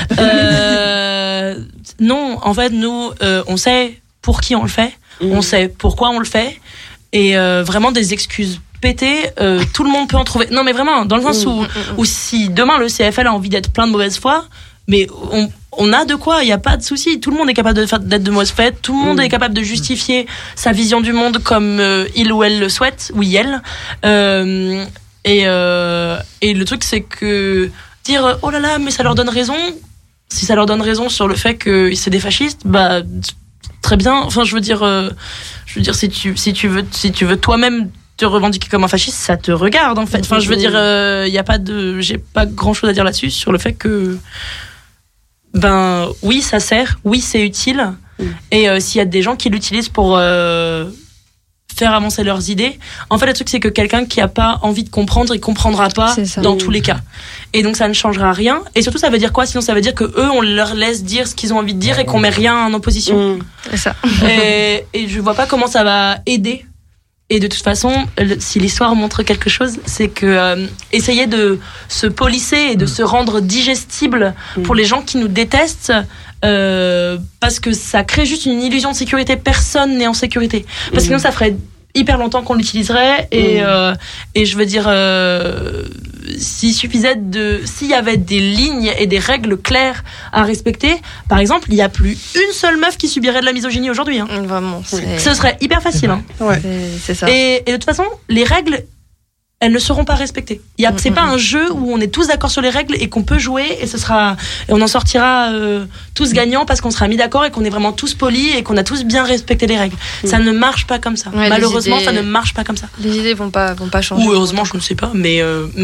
Non, en fait nous on sait pour qui on le fait, on sait pourquoi on le fait, et vraiment des excuses pétées, tout le monde peut en trouver. Non mais vraiment, dans le sens où si demain le CFL a envie d'être plein de mauvaise foi, mais on a de quoi, il n'y a pas de souci. Tout le monde est capable d'être de mauvaise foi, tout le monde est capable de justifier sa vision du monde comme il ou elle le souhaite, ou elle. Et le truc c'est que dire oh là là mais ça leur donne raison, si ça leur donne raison sur le fait que c'est des fascistes, très bien. Enfin je veux dire si tu veux toi-même te revendiquer comme un fasciste, ça te regarde en fait. Enfin je veux dire j'ai pas grand chose à dire là-dessus, sur le fait que oui ça sert, oui c'est utile, et s'il y a des gens qui l'utilisent pour faire avancer leurs idées, en fait le truc c'est que quelqu'un qui a pas envie de comprendre, il comprendra pas dans tous les cas, et donc ça ne changera rien. Et surtout ça veut dire quoi? Sinon ça veut dire que eux on leur laisse dire ce qu'ils ont envie de dire et qu'on met rien en opposition. C'est ça. Et je vois pas comment ça va aider. Et de toute façon, si l'histoire montre quelque chose, c'est que essayer de se polisser et de se rendre digestible pour les gens qui nous détestent, parce que ça crée juste une illusion de sécurité. Personne n'est en sécurité. Parce que sinon, ça ferait hyper longtemps qu'on l'utiliserait. Et je veux dire, s'il y avait des lignes et des règles claires à respecter, par exemple, il n'y a plus une seule meuf qui subirait de la misogynie aujourd'hui. Vraiment, ce serait hyper facile. C'est ça. Et de toute façon, les règles, elles ne seront pas respectées. C'est pas un jeu où on est tous d'accord sur les règles et qu'on peut jouer et on en sortira tous gagnants parce qu'on sera mis d'accord et qu'on est vraiment tous polis et qu'on a tous bien respecté les règles. Ça ne marche pas comme ça. Malheureusement, ça ne marche pas comme ça. Les idées vont pas changer. Ou heureusement, je ne sais pas, mais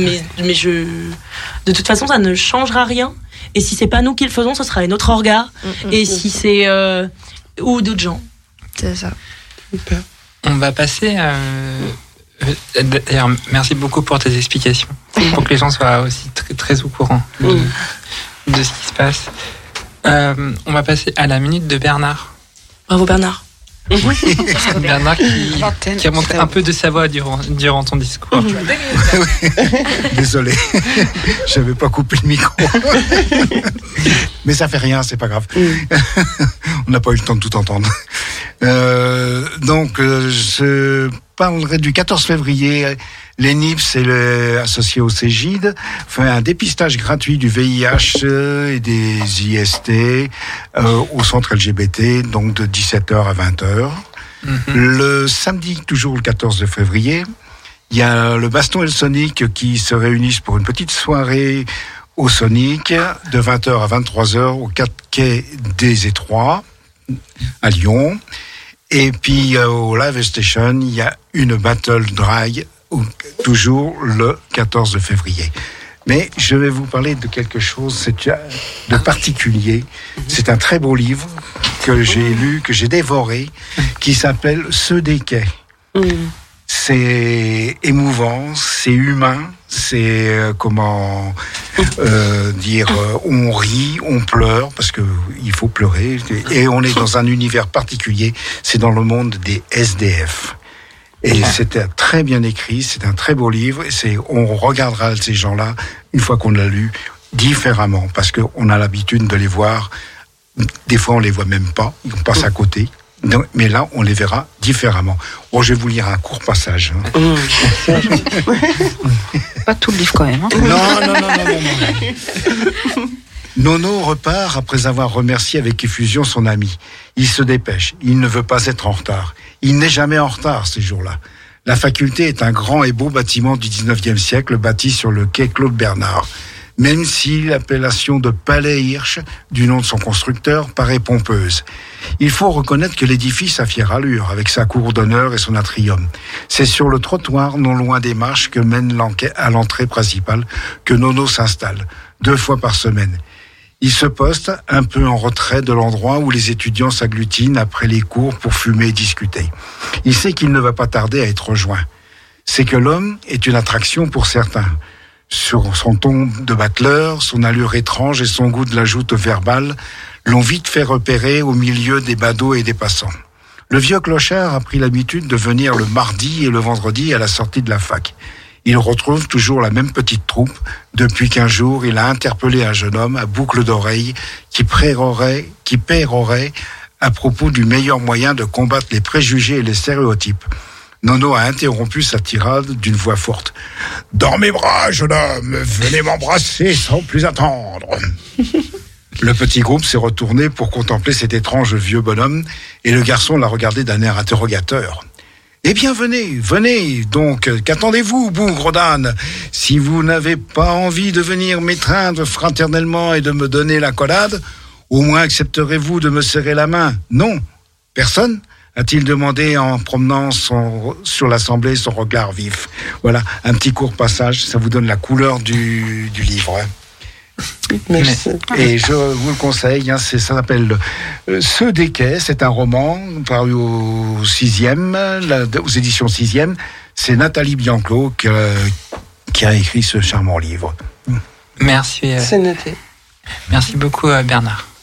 de toute façon, ça ne changera rien. Et si c'est pas nous qui le faisons, ce sera une autre orga. Et si c'est ou d'autres gens. C'est ça. Super. On va passer d'ailleurs, merci beaucoup pour tes explications, pour que les gens soient aussi très, très au courant de ce qui se passe. On va passer à la minute de Bernard. Bravo Bernard. Bernard qui a montré un peu de sa voix durant ton discours. Désolé, j'avais pas coupé le micro. Mais ça fait rien, c'est pas grave. On n'a pas eu le temps de tout entendre. Donc, je parlerai du 14 février. L'ENIPS, associé au Cégide, fait un dépistage gratuit du VIH et des IST au centre LGBT, donc de 17h à 20h. Le samedi, toujours le 14 février, Il y a le Baston et le Sonic qui se réunissent pour une petite soirée au Sonic de 20h à 23h au 4 quai des Étroits à Lyon. Et puis au Live Station, il y a une Battle Drag toujours le 14 février. Mais je vais vous parler de quelque chose de particulier. C'est un très beau livre que j'ai lu, que j'ai dévoré, qui s'appelle Ceux des quais. C'est émouvant, c'est humain, c'est on rit, on pleure, parce que il faut pleurer, et on est dans un univers particulier, c'est dans le monde des SDF. Et c'était très bien écrit, c'est un très beau livre, et on regardera ces gens-là, une fois qu'on l'a lu, différemment, parce qu'on a l'habitude de les voir, des fois on les voit même pas, on passe à côté. Donc, mais là, on les verra différemment. Oh, je vais vous lire un court passage. Pas tout le livre quand même. Hein. Non. Nono repart après avoir remercié avec effusion son ami. Il se dépêche. Il ne veut pas être en retard. Il n'est jamais en retard ces jours-là. La faculté est un grand et beau bâtiment du 19e siècle bâti sur le quai Claude Bernard. Même si l'appellation de Palais Hirsch, du nom de son constructeur, paraît pompeuse. Il faut reconnaître que l'édifice a fière allure, avec sa cour d'honneur et son atrium. C'est sur le trottoir, non loin des marches que mène à l'entrée principale, que Nono s'installe, 2 fois par semaine. Il se poste un peu en retrait de l'endroit où les étudiants s'agglutinent après les cours pour fumer et discuter. Il sait qu'il ne va pas tarder à être rejoint. C'est que l'homme est une attraction pour certains. Sur son ton de battleur, son allure étrange et son goût de la joute verbale l'ont vite fait repérer au milieu des badauds et des passants. Le vieux clochard a pris l'habitude de venir le mardi et le vendredi à la sortie de la fac. Il retrouve toujours la même petite troupe depuis qu'un jour il a interpellé un jeune homme à boucle d'oreille qui pérorait à propos du meilleur moyen de combattre les préjugés et les stéréotypes. Nono a interrompu sa tirade d'une voix forte. « Dans mes bras, jeune homme, venez m'embrasser sans plus attendre !» Le petit groupe s'est retourné pour contempler cet étrange vieux bonhomme, et le garçon l'a regardé d'un air interrogateur. « Eh bien, venez, donc, qu'attendez-vous, bougre d'âne ? Si vous n'avez pas envie de venir m'étreindre fraternellement et de me donner l'accolade, au moins accepterez-vous de me serrer la main ? Non ? Personne ? A-t-il demandé en promenant sur l'Assemblée son regard vif. Voilà, un petit court passage, ça vous donne la couleur du livre. Merci. Et je vous le conseille, ça s'appelle Ceux des quais, c'est un roman paru aux éditions 6e. C'est Nathalie Bianclot qui a écrit ce charmant livre. Merci. C'est noté. Merci beaucoup Bernard.